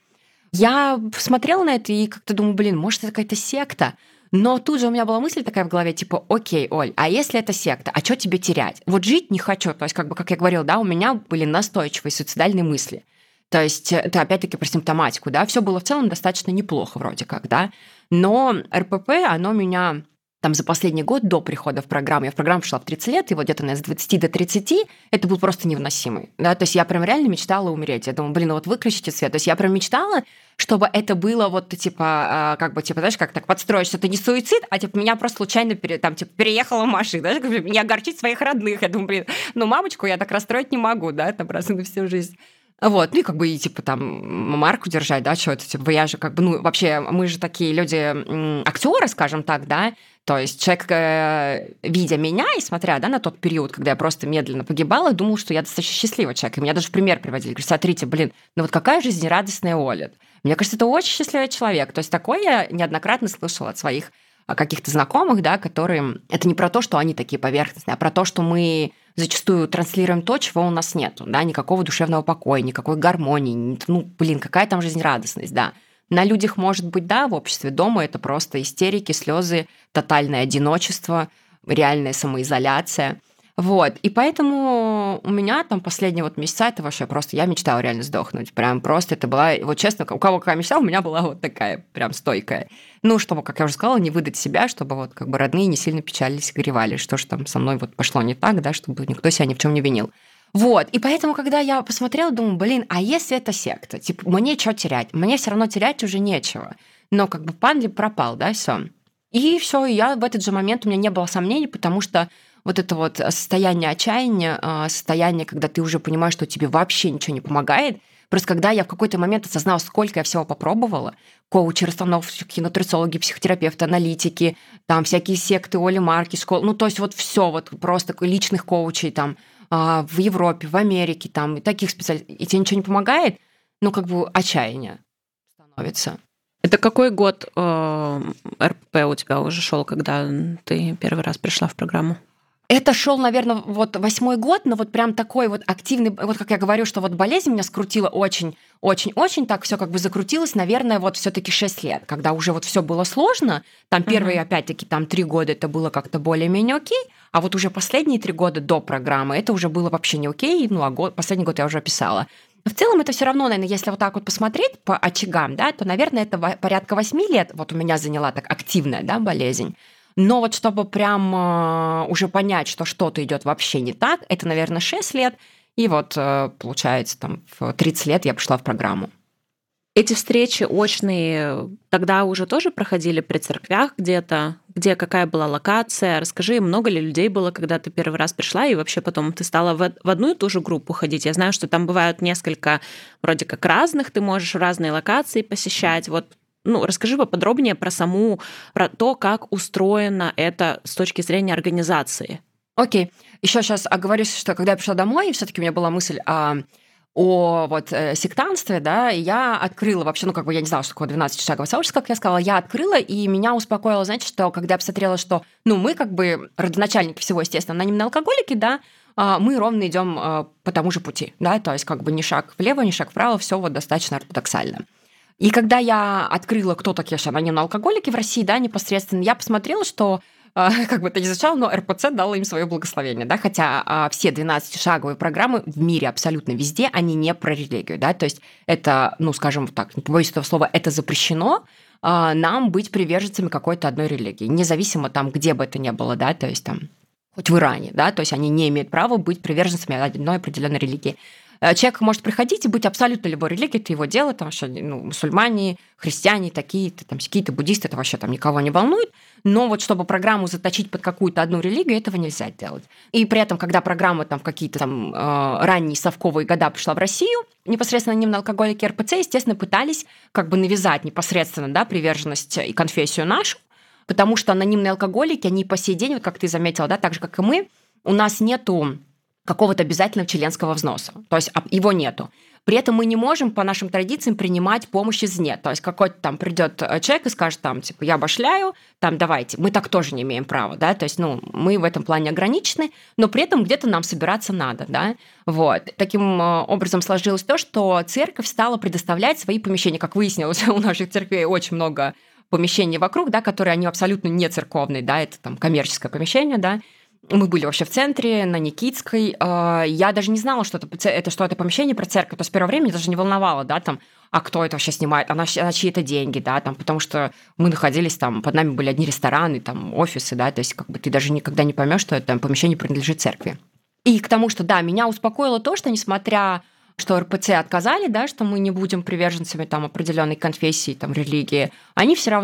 Я смотрела на это и как-то думаю, блин, может, это какая-то секта? Но тут же у меня была мысль такая в голове, типа, окей, Оль, а если это секта, а что тебе терять? Вот жить не хочу. То есть, как бы, как я говорила, да, у меня были настойчивые суицидальные мысли. То есть это опять-таки про симптоматику, да, все было в целом достаточно неплохо вроде как, да, но РПП, оно меня там за последний год до прихода в программу, я в программу пришла в 30 лет, и вот где-то, наверное, с 20 до 30, это был просто невыносимый, да, то есть я прям реально мечтала умереть, я думаю, блин, ну вот выключите свет, то есть я прям мечтала, чтобы это было вот, типа, как бы, типа, знаешь, как так подстроить, что это не суицид, а, типа, меня просто случайно там, типа, переехала машина, знаешь, как, меня огорчить своих родных, я думаю, блин, ну, мамочку я так расстроить не могу, да, там, раз на всю жизнь. Вот, ну и как бы и типа там марку держать, да, что это, типа, я же как бы, ну, вообще, мы же такие люди, актеры, скажем так, да, то есть человек, видя меня и смотря, да, на тот период, когда я просто медленно погибала, думал, что я достаточно счастливый человек. И меня даже в пример приводили. Говорят, смотрите, блин, ну вот какая жизнерадостная Оля. Мне кажется, это очень счастливый человек. То есть такое я неоднократно слышала от своих каких-то знакомых, да, которые... Это не про то, что они такие поверхностные, а про то, что мы зачастую транслируем то, чего у нас нет, да, никакого душевного покоя, никакой гармонии, ну, блин, какая там жизнерадостность, да. На людях может быть, да, в обществе, дома это просто истерики, слезы, тотальное одиночество, реальная самоизоляция. Вот, и поэтому у меня там последние вот месяца это вообще просто, я мечтала реально сдохнуть, прям просто это была, вот честно, у кого какая мечта, у меня была вот такая прям стойкая. Ну, чтобы, как я уже сказала, не выдать себя, чтобы вот как бы родные не сильно печалились и горевали, что ж там со мной вот пошло не так, да, чтобы никто себя ни в чем не винил. Вот, и поэтому, когда я посмотрела, думаю, блин, а если это секта? Типа, мне что терять? Мне все равно терять уже нечего. Но как бы Панли пропал, да, все. И все, я в этот же момент, у меня не было сомнений, потому что вот это вот состояние отчаяния, состояние, когда ты уже понимаешь, что тебе вообще ничего не помогает. Просто когда я в какой-то момент осознала, сколько я всего попробовала, коучи, расстановщики, нутрициологи, психотерапевты, аналитики, там всякие секты, Оли Марки, школы, ну то есть вот все вот просто личных коучей там в Европе, в Америке, там и таких специалистов, и тебе ничего не помогает, ну как бы отчаяние становится. Это какой год РПП у тебя уже шел, когда ты первый раз пришла в программу? Это шел, наверное, вот 8-й год, но вот прям такой вот активный, вот как я говорю, что вот болезнь меня скрутила очень, так все как бы закрутилось, наверное, вот все-таки 6 лет, когда уже вот все было сложно, там первые, опять-таки, там 3 года это было как-то более-менее окей, а вот уже последние 3 года до программы это уже было вообще не окей, ну, а последний год я уже описала. В целом это все равно, наверное, если вот так вот посмотреть по очагам, да, то, наверное, это порядка 8 лет вот у меня заняла так активная, да, болезнь. Но вот чтобы прям уже понять, что что-то идет вообще не так, это, наверное, 6 лет. И вот, получается, там в 30 лет я пришла в программу. Эти встречи очные тогда уже тоже проходили при церквях где-то? Где какая была локация? Расскажи, много ли людей было, когда ты первый раз пришла, и вообще потом ты стала в одну и ту же группу ходить? Я знаю, что там бывают несколько вроде как разных, ты можешь в разные локации посещать. Вот, ну, расскажи поподробнее про то, как устроено это с точки зрения организации. Окей. Еще сейчас оговорюсь, что когда я пришла домой, все-таки у меня была мысль о вот сектантстве, да, и я открыла вообще, ну, как бы я не знала, что такое 12-шаговое сообщество, как я сказала, я открыла, и меня успокоило, знаете, что когда я посмотрела, что, ну, мы как бы родоначальники всего, естественно, анонимные алкоголики, да, мы ровно идем по тому же пути, да, то есть как бы ни шаг влево, ни шаг вправо, все вот достаточно ортодоксально. И когда я открыла, кто такие анонимные алкоголики в России, да, непосредственно, я посмотрела, что как бы это ни звучало, но РПЦ дала им свое благословение, да, хотя все 12-шаговые программы в мире абсолютно везде, они не про религию, да, то есть это, ну, скажем так, не побоюсь этого слова, это запрещено нам быть приверженцами какой-то одной религии, независимо там, где бы это ни было, да, то есть там, хоть в Иране, да, то есть они не имеют права быть приверженцами одной определенной религии. Человек может приходить и быть абсолютно любой религией, это его дело, там вообще, ну, мусульмане, христиане, такие-то, там, сикиты, буддисты, это вообще там никого не волнует, но вот чтобы программу заточить под какую-то одну религию, этого нельзя делать. И при этом, когда программа там в какие-то там ранние совковые года пришла в Россию, непосредственно анонимные алкоголики РПЦ, естественно, пытались как бы навязать непосредственно, да, приверженность и конфессию нашу, потому что анонимные алкоголики, они по сей день, вот как ты заметила, да, так же, как и мы, у нас нету какого-то обязательного членского взноса. То есть его нету. При этом мы не можем по нашим традициям принимать помощь извне. То есть какой-то там придет человек и скажет там, типа, я башляю, там, давайте. Мы так тоже не имеем права, да, то есть, ну, мы в этом плане ограничены, но при этом где-то нам собираться надо, да. Вот. Таким образом сложилось то, что церковь стала предоставлять свои помещения. Как выяснилось, у наших церквей очень много помещений вокруг, да, которые они абсолютно не церковные, да, это там коммерческое помещение, да. Мы были вообще в центре, на Никитской. Я даже не знала, что это помещение про церковь. То есть с первого времени даже не волновало, да, там, а кто это вообще снимает, на чьи-то деньги, да, там, потому что мы находились там, под нами были одни рестораны, там, офисы, да, то есть как бы ты даже никогда не поймешь, что это помещение принадлежит церкви. И к тому, что, да, меня успокоило то, что несмотря что РПЦ отказали, да, что мы не будем приверженцами там определенной конфессии, там, религии, они все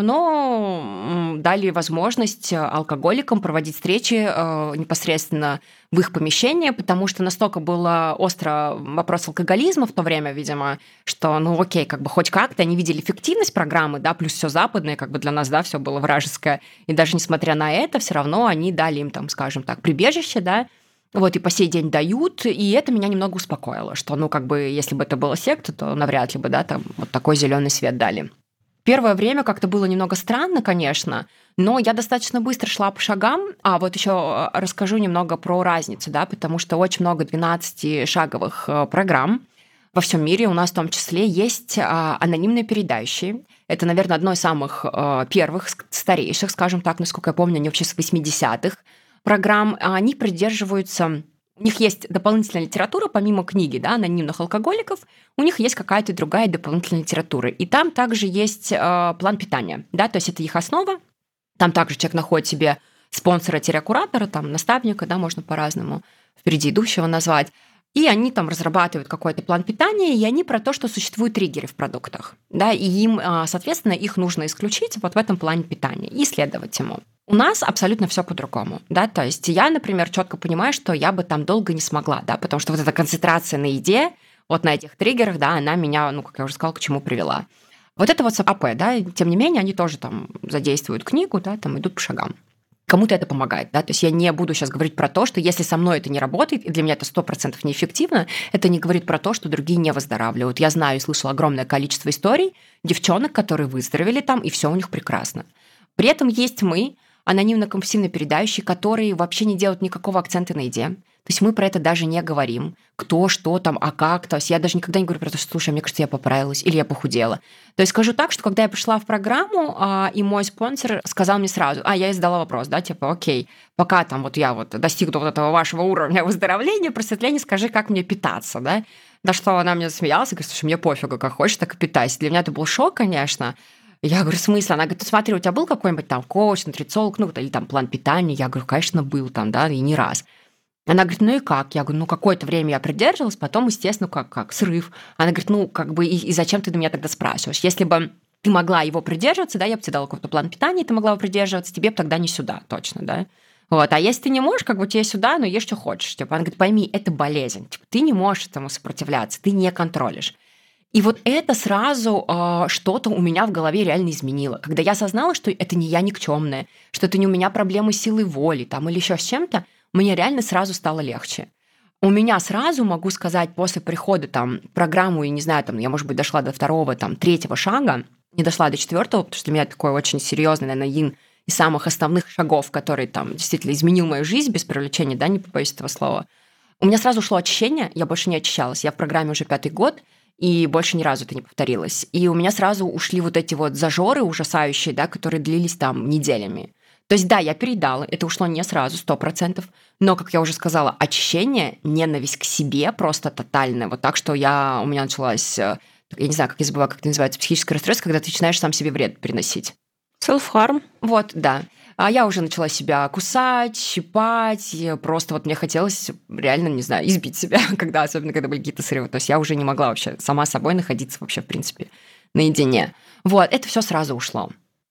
равно дали возможность алкоголикам проводить встречи непосредственно в их помещении, потому что настолько было остро вопрос алкоголизма в то время, видимо, что, ну окей, как бы хоть как-то они видели эффективность программы, да, плюс все западное, как бы для нас, да, все было вражеское, и даже несмотря на это, все равно они дали им, там, скажем так, прибежище, да, вот, и по сей день дают, и это меня немного успокоило, что, ну, как бы, если бы это была секта, то навряд ли бы, да, там вот такой зеленый свет дали. Первое время как-то было немного странно, конечно, но я достаточно быстро шла по шагам, а вот еще расскажу немного про разницу, да, потому что очень много 12-шаговых программ во всем мире, у нас в том числе есть анонимные передающие. Это, наверное, одно из самых первых, старейших, скажем так, насколько я помню, они вообще с 80-х, программ, они придерживаются, у них есть дополнительная литература, помимо книги, да, анонимных алкоголиков, у них есть какая-то другая дополнительная литература. И там также есть план питания, да, то есть это их основа. Там также человек находит себе спонсора-куратора, там, наставника, да, можно по-разному, впереди идущего назвать. И они там разрабатывают какой-то план питания, и они про то, что существуют триггеры в продуктах, да, и им, соответственно, их нужно исключить вот в этом плане питания и следовать ему. У нас абсолютно все по-другому, да, то есть я, например, четко понимаю, что я бы там долго не смогла, да, потому что вот эта концентрация на еде, вот на этих триггерах, да, она меня, ну, как я уже сказала, к чему привела. Вот это вот АП, да, тем не менее, они тоже там задействуют книгу, да, там идут по шагам. Кому-то это помогает, да, то есть я не буду сейчас говорить про то, что если со мной это не работает, и для меня это 100% неэффективно, это не говорит про то, что другие не выздоравливают. Я знаю и слышала огромное количество историй девчонок, которые выздоровели там, и все у них прекрасно. При этом есть мы, анонимно-компульсивно передающие, которые вообще не делают никакого акцента на еде. То есть мы про это даже не говорим. Кто, что там, а как. То есть я даже никогда не говорю про то, что, слушай, мне кажется, я поправилась или я похудела. То есть скажу так, что когда я пришла в программу, и мой спонсор сказал мне сразу, я ей задала вопрос, да, типа, окей, пока там вот я вот достигну вот этого вашего уровня выздоровления, просветления, скажи, как мне питаться, да. На что она мне засмеялась и говорит, слушай, мне пофигу, как хочешь, так и питайся. Для меня это был шок, конечно. Я говорю, в смысле? Она говорит, смотри, у тебя был какой-нибудь там коуч, нутрициолог, ну, или там план питания? Я говорю, конечно, был там, да, и не раз. Она говорит, ну и как? Я говорю, ну, какое-то время я придерживалась, потом, естественно, как срыв. Она говорит, ну, как бы, и зачем ты меня тогда спрашиваешь? Если бы ты могла его придерживаться, да, я бы тебе дала какой-то план питания, ты могла его придерживаться, тебе бы тогда не сюда, точно, да. Вот, а если ты не можешь, как бы тебе сюда, но ешь, что хочешь. Типа, она говорит, пойми, это болезнь. Типа, ты не можешь этому сопротивляться, ты не контролишь. И вот это сразу что-то у меня в голове реально изменило. Когда я осознала, что это не я никчемная, что это не у меня проблемы силы воли там, или еще с чем-то, мне реально сразу стало легче. У меня сразу, могу сказать, после прихода там, в программу, и не знаю, там, я, может быть, дошла до 2-го, там, 3-го шага, не дошла до 4-го, потому что для меня это такой очень серьезный, наверное, один из самых основных шагов, который там действительно изменил мою жизнь без привлечения, да, не побоюсь этого слова. У меня сразу ушло очищение, я больше не очищалась. Я в программе уже 5-й год, и больше ни разу это не повторилось. И у меня сразу ушли вот эти вот зажоры ужасающие, да, которые длились там неделями. То есть, да, я переедала, это ушло не сразу, 100%, но, как я уже сказала, очищение, ненависть к себе просто тотальная. Вот так, что у меня началась, я не знаю, как я забыла, как это называется, психическое расстройство, когда ты начинаешь сам себе вред приносить. Self-harm. Вот, да. А я уже начала себя кусать, щипать, и просто вот мне хотелось реально, не знаю, избить себя, особенно когда были какие-то срывы. То есть я уже не могла вообще сама собой находиться вообще, в принципе, наедине. Вот, это все сразу ушло.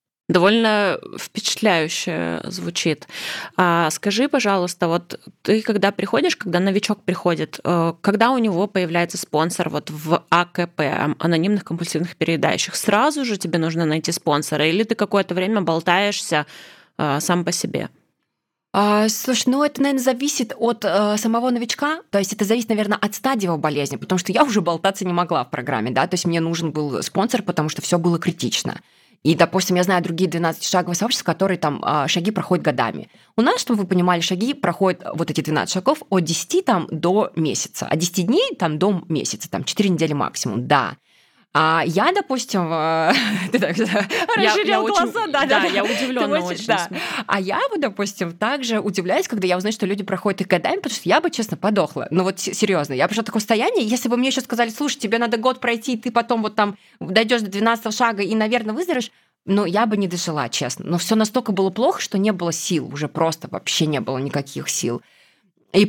Довольно впечатляюще звучит. Скажи, пожалуйста, вот ты когда приходишь, когда новичок приходит, когда у него появляется спонсор вот в АКП, анонимных компульсивных переедающих, сразу же тебе нужно найти спонсора, или ты какое-то время болтаешься сам по себе? Слушай, это, наверное, зависит от самого новичка, то есть это зависит, наверное, от стадии его болезни, потому что я уже болтаться не могла в программе, да, то есть мне нужен был спонсор, потому что все было критично. И, допустим, я знаю другие 12-шаговые сообщества, которые там шаги проходят годами. У нас, чтобы вы понимали, шаги проходят вот эти 12 шагов от 10 там, до месяца, от 10 дней там, до месяца, там 4 недели максимум, да. А я, допустим, ты так расширил глаза, да, я удивлённа очень. Да. А я вот, допустим, также удивляюсь, когда я узнаю, что люди проходят их годами, потому что я бы, честно, подохла. Ну вот серьезно, я пришла в такое состояние, если бы мне еще сказали, слушай, тебе надо год пройти, ты потом вот там дойдешь до 12 шага и, наверное, выздоровеешь, но я бы не дожила, честно. Но все настолько было плохо, что не было сил, уже просто вообще не было никаких сил. И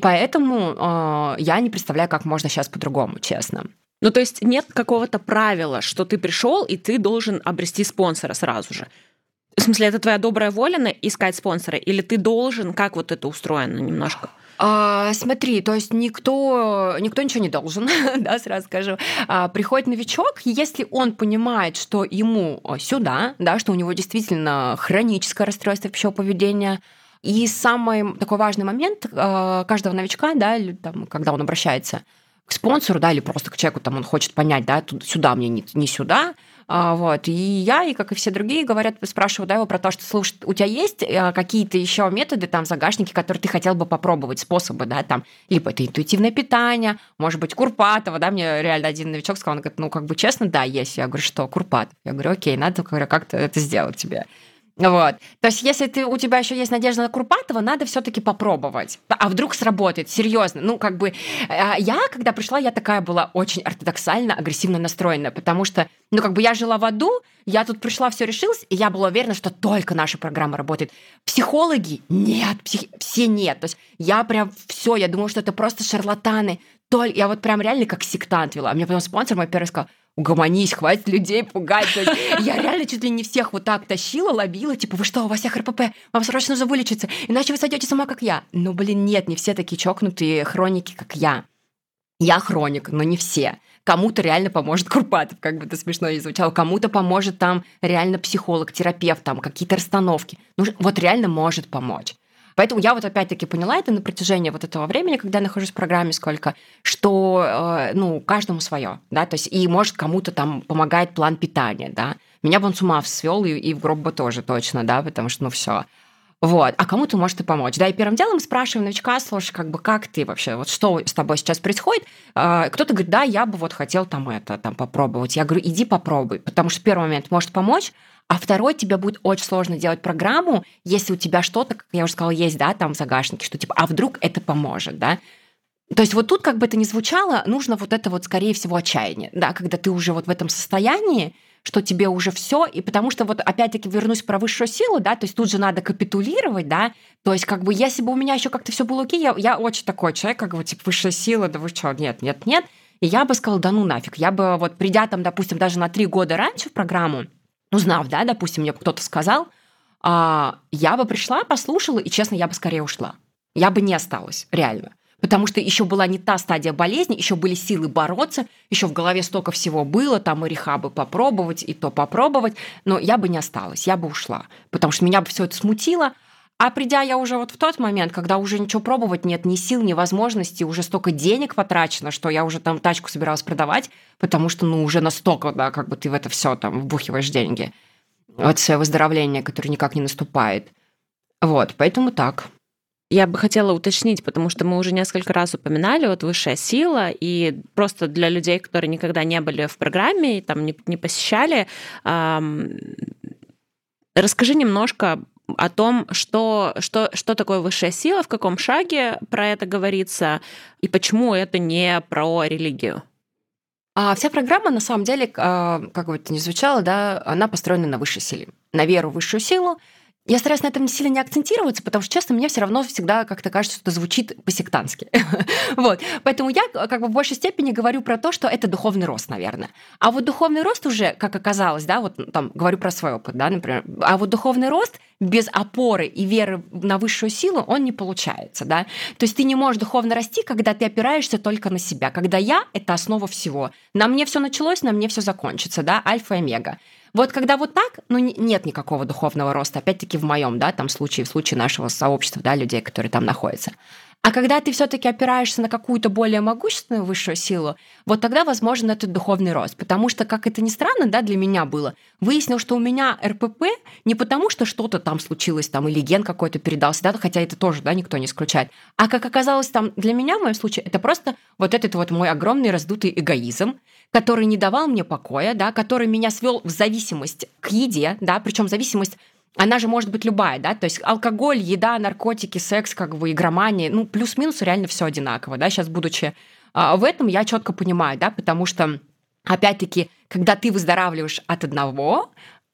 поэтому я не представляю, как можно сейчас по-другому, честно. Ну, то есть нет какого-то правила, что ты пришел и ты должен обрести спонсора сразу же. В смысле, это твоя добрая воля искать спонсора, или ты должен, как вот это устроено немножко? Смотри, то есть никто ничего не должен, да, сразу скажу. Приходит новичок, если он понимает, что ему сюда, да, что у него действительно хроническое расстройство пищевого поведения. И самый такой важный момент каждого новичка, да, там, когда он обращается к спонсору, да, или просто к человеку, там он хочет понять, да, сюда мне, не сюда. Вот. И я, и как и все другие, спрашиваю, да, его про то, что, слушай, у тебя есть какие-то еще методы там в загашнике, которые ты хотел бы попробовать, способы, да, там, либо это интуитивное питание, может быть, Курпатова, да, мне реально один новичок сказал, он говорит, ну, как бы честно, да, есть. Я говорю, что, Курпатов? Я говорю, окей, надо как-то это сделать тебе. Вот. То есть, если у тебя еще есть надежда на Курпатова, надо все-таки попробовать. А вдруг сработает? Серьезно. Ну, как бы я, когда пришла, я такая была очень ортодоксально, агрессивно настроенная, потому что, ну, как бы я жила в аду, я тут пришла, все решилось, и я была уверена, что только наша программа работает. Психологи? Нет. Все нет. То есть я прям все, я думала, что это просто шарлатаны. Я вот прям реально как сектант вела. А мне потом спонсор мой первый сказал, угомонись, хватит людей пугать. Я реально чуть ли не всех вот так тащила, ловила, типа, вы что, у вас всех РПП, вам срочно нужно вылечиться, иначе вы сойдете с ума, как я. Ну, блин, нет, не все такие чокнутые хроники, как я. Я хроник, но не все. Кому-то реально поможет Курпатов, как бы это смешно не звучало, кому-то поможет там реально психолог, терапевт, там какие-то расстановки. Ну, вот реально может помочь. Поэтому я вот опять-таки поняла это на протяжении вот этого времени, когда я нахожусь в программе сколько, что, ну, каждому свое, да, то есть и может кому-то там помогает план питания, да. Меня бы он с ума свел и в гроб бы тоже точно, да, потому что, ну, все. Вот. А кому-то может и помочь. Да, и первым делом спрашиваем новичка, слушай, как бы как ты вообще, вот что с тобой сейчас происходит? Кто-то говорит, да, я бы вот хотел там попробовать. Я говорю, иди попробуй, потому что первый момент может помочь, а второй, тебе будет очень сложно делать программу, если у тебя что-то, как я уже сказала, есть, да, там в загашнике, что типа, а вдруг это поможет, да? То есть вот тут, как бы это ни звучало, нужно вот это вот, скорее всего, отчаяние, да, когда ты уже вот в этом состоянии, что тебе уже все, и потому что вот опять-таки вернусь про высшую силу, да, то есть тут же надо капитулировать, да, то есть как бы если бы у меня еще как-то все было окей, я очень такой человек, как бы типа высшая сила, да вы что, нет, и я бы сказала, да ну нафиг, я бы вот придя там, допустим, даже на 3 года раньше в программу, узнав, да, допустим, мне кто-то сказал, я бы пришла, послушала, и, честно, я бы скорее ушла. Я бы не осталась, реально. Потому что еще была не та стадия болезни, еще были силы бороться, еще в голове столько всего было, там и рехабы попробовать, и то попробовать, но я бы не осталась, я бы ушла, потому что меня бы все это смутило. А придя я уже вот в тот момент, когда уже ничего пробовать нет, ни сил, ни возможностей, уже столько денег потрачено, что я уже там тачку собиралась продавать, потому что, ну, уже настолько, да, как бы ты в это все там вбухиваешь деньги. Вот свое выздоровление, которое никак не наступает. Вот, поэтому так. Я бы хотела уточнить, потому что мы уже несколько раз упоминали вот высшая сила, и просто для людей, которые никогда не были в программе и там не посещали, расскажи немножко о том, что такое высшая сила, в каком шаге про это говорится, и почему это не про религию. Вся программа, на самом деле, как бы это ни звучало, да, она построена на высшей силе, на веру в высшую силу. Я стараюсь на этом сильно не акцентироваться, потому что, честно, мне все равно всегда как-то кажется, что это звучит по-сектантски. Вот. Поэтому я как бы в большей степени говорю про то, что это духовный рост, наверное. А вот духовный рост уже, как оказалось, да, вот там говорю про свой опыт, да, например, а вот духовный рост без опоры и веры на высшую силу, он не получается, да. То есть ты не можешь духовно расти, когда ты опираешься только на себя, когда я — это основа всего. На мне все началось, на мне все закончится, да, альфа и омега. Вот когда вот так, ну, нет никакого духовного роста, опять-таки в моем, да, там случае, в случае нашего сообщества, да, людей, которые там находятся. А когда ты все-таки опираешься на какую-то более могущественную высшую силу, вот тогда возможен этот духовный рост. Потому что, как это ни странно, да, для меня было, выяснилось, что у меня РПП не потому, что что-то там случилось, там, или ген какой-то передался, да, хотя это тоже, да, никто не исключает. А как оказалось, там, для меня, в моем случае, это просто вот этот вот мой огромный раздутый эгоизм, который не давал мне покоя, да, который меня свел в зависимость к еде, да, причем зависимость она же может быть любая, да, то есть алкоголь, еда, наркотики, секс, как бы игромания, ну, плюс-минус реально все одинаково, да, сейчас будучи в этом я четко понимаю, да, потому что, опять-таки, когда ты выздоравливаешь от одного,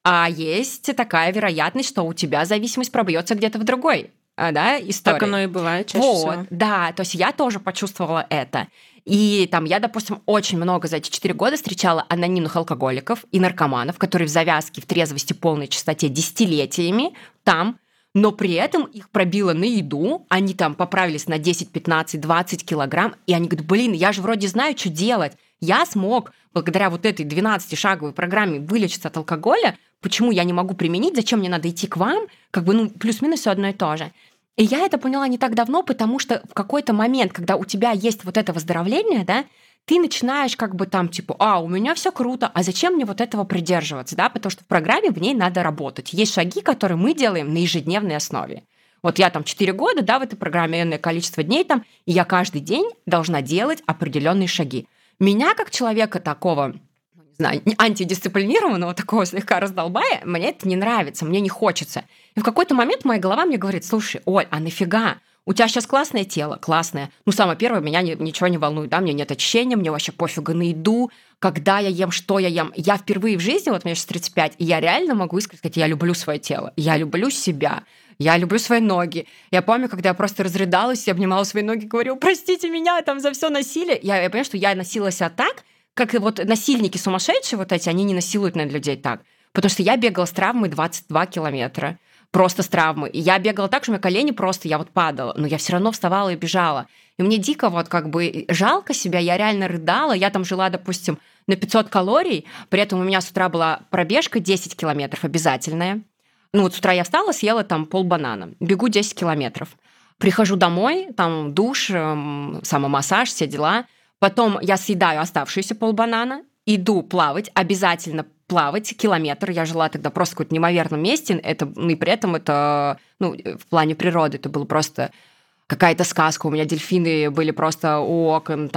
есть такая вероятность, что у тебя зависимость пробьется где-то в другой, да, истории. Так оно и бывает чаще всего. Да, то есть я тоже почувствовала это. И там я, допустим, очень много за эти 4 года встречала анонимных алкоголиков и наркоманов, которые в завязке, в трезвости, полной чистоте десятилетиями там, но при этом их пробило на еду, они там поправились на 10, 15, 20 килограмм, и они говорят, блин, я же вроде знаю, что делать. Я смог, благодаря вот этой 12-шаговой программе, вылечиться от алкоголя. Почему я не могу применить? Зачем мне надо идти к вам? Как бы, ну, плюс-минус все одно и то же. И я это поняла не так давно, потому что в какой-то момент, когда у тебя есть вот это выздоровление, да, ты начинаешь как бы там типа, у меня все круто, а зачем мне вот этого придерживаться, да, потому что в программе в ней надо работать. Есть шаги, которые мы делаем на ежедневной основе. Вот я там 4 года, да, в этой программе энное количество дней там, и я каждый день должна делать определенные шаги. Меня как человека такого, не знаю, антидисциплинированного, такого слегка раздолбая, мне это не нравится, мне не хочется. И в какой-то момент моя голова мне говорит, слушай, Оль, а нафига? У тебя сейчас классное тело, классное. Ну, самое первое, меня ничего не волнует, да, мне нет очищения, мне вообще пофигу на еду, когда я ем, что я ем. Я впервые в жизни, вот мне сейчас 35, и я реально могу искренне сказать, я люблю свое тело, я люблю себя, я люблю свои ноги. Я помню, когда я просто разрыдалась, я обнимала свои ноги, говорю, простите меня там за все насилие. Я понимаю, что я носила себя так, как вот насильники сумасшедшие вот эти, они не насилуют, наверное, людей так. Потому что я бегала с травмой 22 километра. Просто с травмой. И я бегала так, что у меня колени просто, я вот падала, но я все равно вставала и бежала. И мне дико вот как бы жалко себя, я реально рыдала. Я там жила, допустим, на 500 калорий, при этом у меня с утра была пробежка 10 километров обязательная. Ну вот с утра я встала, съела там полбанана, бегу 10 километров. Прихожу домой, там душ, самомассаж, все дела. Потом я съедаю оставшиеся полбанана, иду плавать, обязательно плавать километр. Я жила тогда просто в каком-то неимоверном месте, это, ну, и при этом это, ну, в плане природы это было просто какая-то сказка. У меня дельфины были просто у окон,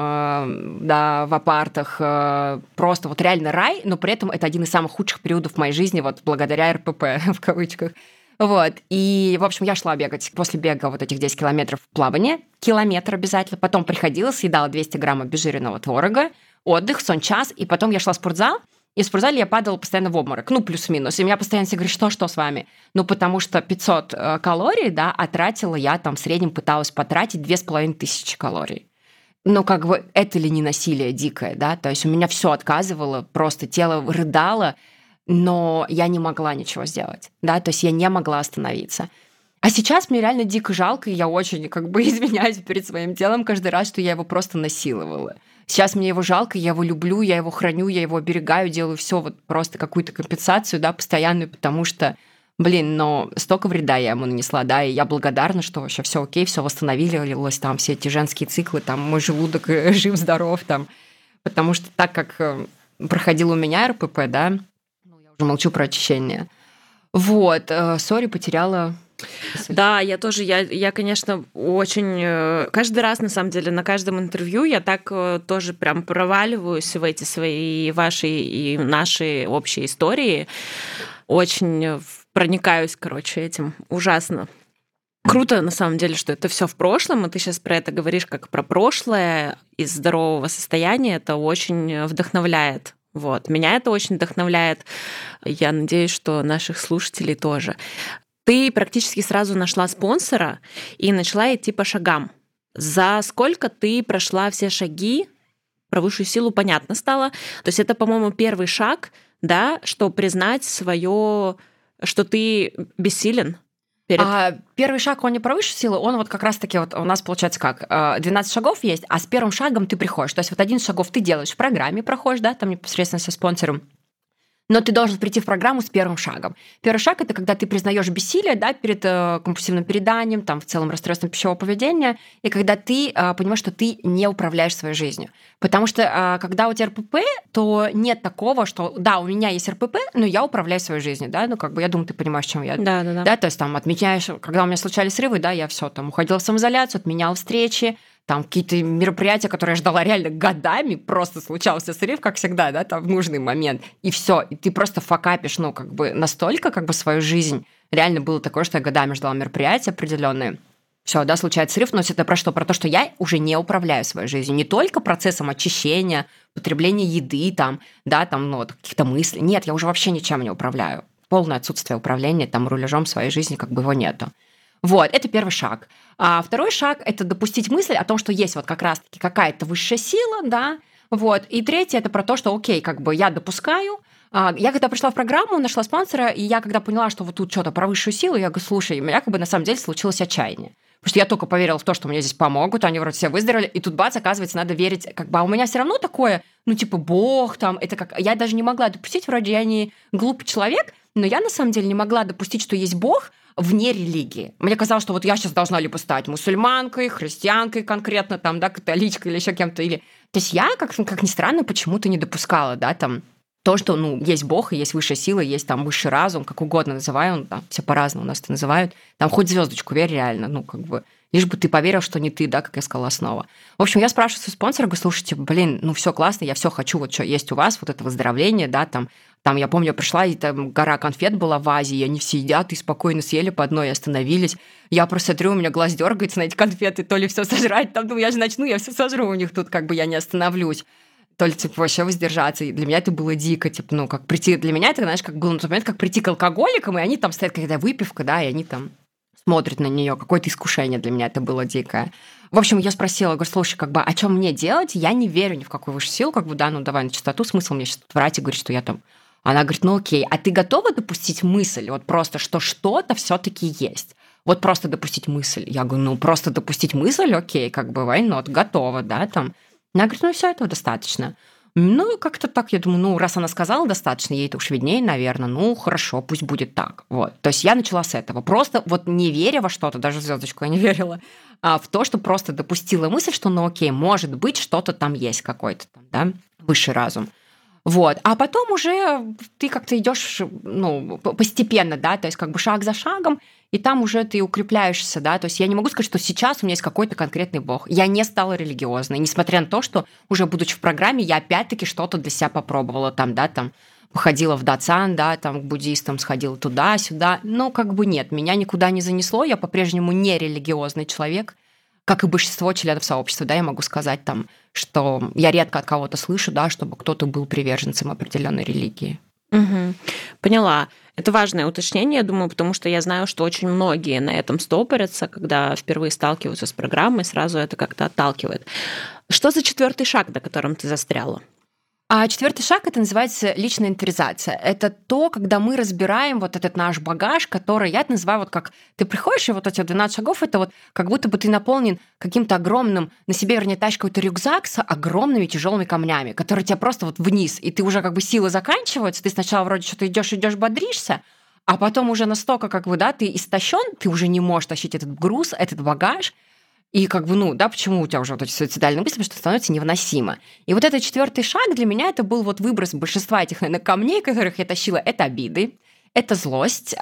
там, да, в апартах. Просто вот реально рай, но при этом это один из самых худших периодов в моей жизни, вот благодаря РПП, в кавычках. Вот. И, в общем, я шла бегать после бега вот этих 10 километров плавания, километр обязательно. Потом приходила, съедала 200 грамм обезжиренного творога, отдых, сон час, и потом я шла в спортзал, и в спортзале я падала постоянно в обморок, ну, плюс-минус. И меня постоянно все говорят, что с вами? Ну, потому что 500 калорий, да, а тратила я там в среднем пыталась потратить 2500 калорий. Ну, как бы, это ли не насилие дикое, да? То есть у меня все отказывало, просто тело рыдало, но я не могла ничего сделать, да? То есть я не могла остановиться. А сейчас мне реально дико жалко, и я очень как бы извиняюсь перед своим телом каждый раз, что я его просто насиловала. Сейчас мне его жалко, я его люблю, я его храню, я его оберегаю, делаю все вот просто какую-то компенсацию, да, постоянную, потому что, блин, но столько вреда я ему нанесла, да, и я благодарна, что вообще все окей, все восстановилось, там все эти женские циклы, там мой желудок жив-здоров, там, потому что так как проходил у меня РПП, да, ну, я уже молчу про очищение. Вот, сори, потеряла... Да, я тоже, я, конечно, очень... Каждый раз, на самом деле, на каждом интервью я так тоже прям проваливаюсь в эти свои, ваши и наши общие истории. Очень проникаюсь, короче, этим. Ужасно. Круто, на самом деле, что это все в прошлом, и ты сейчас про это говоришь как про прошлое из здорового состояния. Это очень вдохновляет. Вот. Меня это очень вдохновляет. Я надеюсь, что наших слушателей тоже. Ты практически сразу нашла спонсора и начала идти по шагам. За сколько ты прошла все шаги? Про высшую силу понятно стало. То есть это, по-моему, первый шаг, да, что признать свое, что ты бессилен. Первый шаг, он не про высшую силу, он вот как раз-таки вот у нас получается как, 12 шагов есть, а с первым шагом ты приходишь. То есть вот один из шагов ты делаешь в программе, проходишь, да, там непосредственно со спонсором. Но ты должен прийти в программу с первым шагом. Первый шаг — это когда ты признаешь бессилие, да, перед компульсивным перееданием, там, в целом расстройством пищевого поведения, и когда ты понимаешь, что ты не управляешь своей жизнью. Потому что когда у тебя РПП, то нет такого, что да, у меня есть РПП, но я управляю своей жизнью, да, ну как бы я думаю, ты понимаешь, о чем я. Да, то есть там отменяешь, когда у меня случались срывы, да, я все там уходила в самоизоляцию, отменяла встречи, там какие-то мероприятия, которые я ждала реально годами, просто случался срыв, как всегда, да, там в нужный момент, и все, и ты просто факапишь, ну, как бы настолько, как бы свою жизнь. Реально было такое, что я годами ждала мероприятия определенные. Все, да, случается срыв, но это про что? Про то, что я уже не управляю своей жизнью. Не только процессом очищения, потребления еды, там, да, там, ну, каких-то мыслей. Нет, я уже вообще ничем не управляю. Полное отсутствие управления, там, рулежом своей жизни, как бы его нету. Вот, это первый шаг. А второй шаг – это допустить мысль о том, что есть вот как раз-таки какая-то высшая сила, да, вот. И третье – это про то, что, окей, как бы я допускаю. Я когда пришла в программу, нашла спонсора, и я когда поняла, что вот тут что-то про высшую силу, я говорю, слушай, у меня как бы на самом деле случилось отчаяние. Потому что я только поверила в то, что мне здесь помогут, они вроде все выздоровели, и тут бац, оказывается, надо верить, как бы, а у меня все равно такое, ну, типа, Бог там, это как... Я даже не могла допустить, вроде я не глупый человек, но я на самом деле не могла допустить, что есть Бог вне религии. Мне казалось, что вот я сейчас должна либо стать мусульманкой, христианкой конкретно, там, да, католичкой или еще кем-то, или... То есть я, как ни странно, почему-то не допускала, да, там, то, что, ну, есть Бог, и есть высшая сила, есть там высший разум, как угодно называй, он там все по-разному у нас это называют. Там хоть звездочку верь реально, ну, как бы, лишь бы ты поверил, что не ты, да, как я сказала, основа. В общем, я спрашиваю своего спонсора, говорю, слушайте, блин, ну, все классно, я все хочу, вот что есть у вас, вот это выздоровление, да, там, я помню, я пришла, и там гора конфет была в Азии, и они все едят, и спокойно съели по одной, и остановились. Я просто смотрю, у меня глаз дергается на эти конфеты, то ли все сожрать, там, ну, я же начну, я все сожру у них тут, как бы я не остановлюсь. То ли, типа, вообще воздержаться. И для меня это было дико, типа, ну, как прийти... Для меня это, знаешь, как было на тот момент, как прийти к алкоголикам, и они там стоят, какая-то выпивка, да, и они там смотрят на нее. Какое-то искушение для меня это было дикое. В общем, я спросила, говорю, слушай, как бы, а что мне делать? Я не верю ни в какую высшую силу, как бы, да, ну, давай на чистоту, смысл мне сейчас врать и говорить, что я там... Она говорит, ну, окей, а ты готова допустить мысль, вот просто, что что-то все таки есть? Вот просто допустить мысль. Я говорю, ну, просто допустить мысль, окей, как бы, why not, готова, да, там... Она говорит, ну, все этого достаточно. Ну, как-то так, я думаю, ну, раз она сказала достаточно, ей это уж виднее, наверное, ну, хорошо, пусть будет так. Вот. То есть я начала с этого. Просто вот не веря во что-то, даже в звездочку я не верила, а в то, что просто допустила мысль, что, ну, окей, может быть, что-то там есть какой-то там, да, высший разум. Вот. А потом уже ты как-то идешь, ну, постепенно, да, то есть как бы шаг за шагом, и там уже ты укрепляешься, да, то есть я не могу сказать, что сейчас у меня есть какой-то конкретный бог. Я не стала религиозной, несмотря на то, что уже будучи в программе, я опять-таки что-то для себя попробовала там, да, там, походила в дацан, да, там, к буддистам, сходила туда-сюда, но как бы нет, меня никуда не занесло, я по-прежнему не религиозный человек, как и большинство членов сообщества, да, я могу сказать там, что я редко от кого-то слышу, да, чтобы кто-то был приверженцем определенной религии. Угу. Поняла. Это важное уточнение, я думаю, потому что я знаю, что очень многие на этом стопорятся, когда впервые сталкиваются с программой, сразу это как-то отталкивает. Что за 4-й шаг, на котором ты застряла? А 4-й шаг – это называется личная инвентаризация. Это то, когда мы разбираем вот этот наш багаж, который я это называю вот как ты приходишь, и вот эти 12 шагов – это вот как будто бы ты наполнен каким-то огромным, на себе, вернее, тащишь какой-то рюкзак с огромными тяжелыми камнями, которые тебя просто вот вниз, и ты уже как бы силы заканчиваются, ты сначала вроде что-то идешь, бодришься, а потом уже настолько как бы, да, ты истощен, ты уже не можешь тащить этот груз, этот багаж. И как бы, ну, да, почему у тебя уже вот эти суицидальные мысли, потому что становится невыносимо. И вот этот 4-й шаг для меня это был вот выброс большинства этих, наверное, камней, которых я тащила. Это обиды, это злость,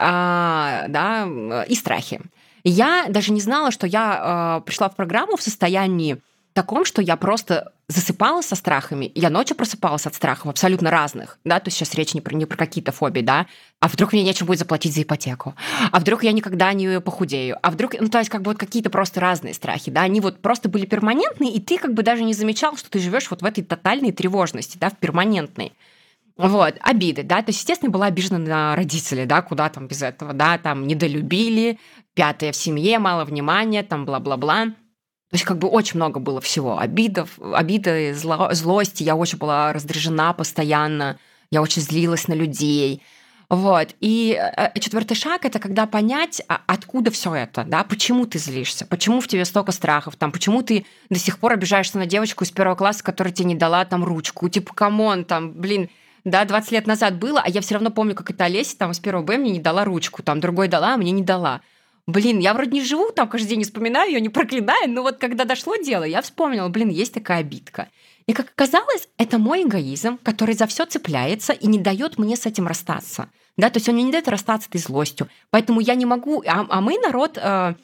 да, и страхи. И я даже не знала, что я пришла в программу в состоянии таком, что я просто засыпала со страхами. Я ночью просыпалась от страхов абсолютно разных, да, то есть сейчас речь не про какие-то фобии, да, а вдруг мне нечем будет заплатить за ипотеку, а вдруг я никогда не похудею, а вдруг, ну, то есть как бы вот какие-то просто разные страхи, да, они вот просто были перманентные, и ты как бы даже не замечал, что ты живешь вот в этой тотальной тревожности, да, в перманентной. Вот, обиды, да, то есть, естественно, была обижена на родителей, да, куда там без этого, да, там недолюбили, 5-е в семье, мало внимания, там бла-бла-бла. То есть как бы очень много было всего. Обиды, злости. Я очень была раздражена постоянно. Я очень злилась на людей. Вот. И 4-й шаг – это когда понять, откуда все это, да, почему ты злишься, почему в тебе столько страхов, там, почему ты до сих пор обижаешься на девочку из 1 класса, которая тебе не дала там ручку. Типа, камон, там, блин, да, 20 лет назад было, а я все равно помню, как это Олеся там из 1 Б мне не дала ручку, там другой дала, а мне не дала. Блин, я вроде не живу там каждый день, не вспоминаю ее, не проклинаю, но вот когда дошло дело, я вспомнила, блин, есть такая обидка. И как оказалось, это мой эгоизм, который за все цепляется и не дает мне с этим расстаться. Да, то есть он мне не дает расстаться этой злостью. Поэтому я не могу... А мы народ,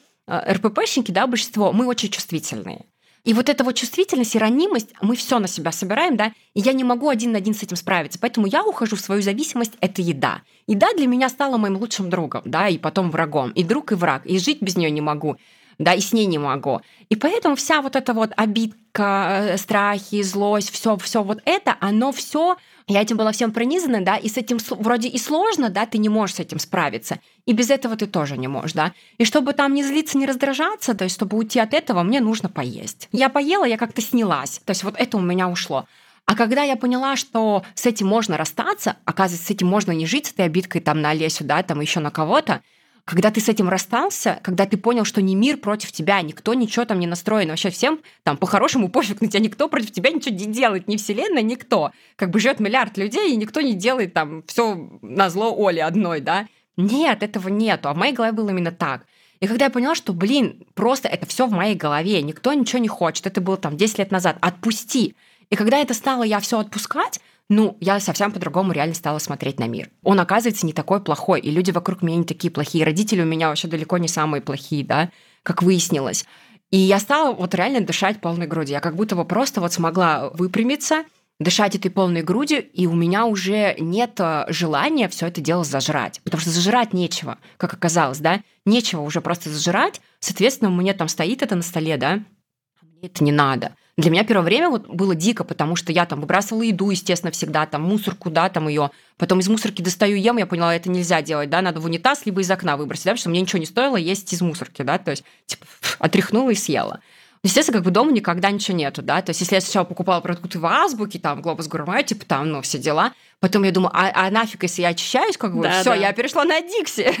РППшники, да, большинство, мы очень чувствительные. И вот эта вот чувствительность и ранимость, мы все на себя собираем, да, и я не могу один на один с этим справиться. Поэтому я ухожу в свою зависимость, это еда. Еда для меня стала моим лучшим другом, да, и потом врагом. И друг, и враг. И жить без нее не могу, да, и с ней не могу. И поэтому вся вот эта вот обидка, страхи, злость, все вот это, оно все, я этим была всем пронизана, да, и с этим вроде и сложно, да, ты не можешь с этим справиться. И без этого ты тоже не можешь, да. И чтобы там не злиться, не раздражаться, то есть чтобы уйти от этого, мне нужно поесть. Я поела, я как-то снялась. То есть вот это у меня ушло. А когда я поняла, что с этим можно расстаться, оказывается, с этим можно не жить, с этой обидкой там на Олесю, да, там еще на кого-то, когда ты с этим расстался, когда ты понял, что не мир против тебя, никто ничего там не настроен, вообще всем там по-хорошему пофиг на тебя, никто против тебя ничего не делает, ни вселенная, никто. Как бы живет миллиард людей, и никто не делает там все назло Оле одной, да. Нет, этого нету. А в моей голове было именно так. И когда я поняла, что, блин, просто это все в моей голове, никто ничего не хочет, это было там 10 лет назад, отпусти. И когда это стало я все отпускать, я совсем по-другому реально стала смотреть на мир. Он, оказывается, не такой плохой, и люди вокруг меня не такие плохие. Родители у меня вообще далеко не самые плохие, да, как выяснилось. И я стала вот реально дышать полной грудью. Я как будто бы просто вот смогла выпрямиться, дышать этой полной грудью, и у меня уже нет желания все это дело зажрать. Потому что зажирать нечего, как оказалось, да. Нечего уже просто зажирать. Соответственно, у меня там стоит это на столе, да. Мне это не надо. Для меня первое время вот было дико, потому что я там выбрасывала еду, естественно, всегда, там мусорку, да, там ее. Потом из мусорки достаю, ем, я поняла, это нельзя делать, да, надо в унитаз либо из окна выбросить, да, потому что мне ничего не стоило есть из мусорки, да, то есть типа отряхнула и съела. Естественно, как бы дома никогда ничего нету, да, то есть если я сначала покупала продукты в Азбуке, там, Глобус Гурмэ, типа там, все дела, потом я думаю, а нафиг, если я очищаюсь, как бы, все, я перешла на Дикси.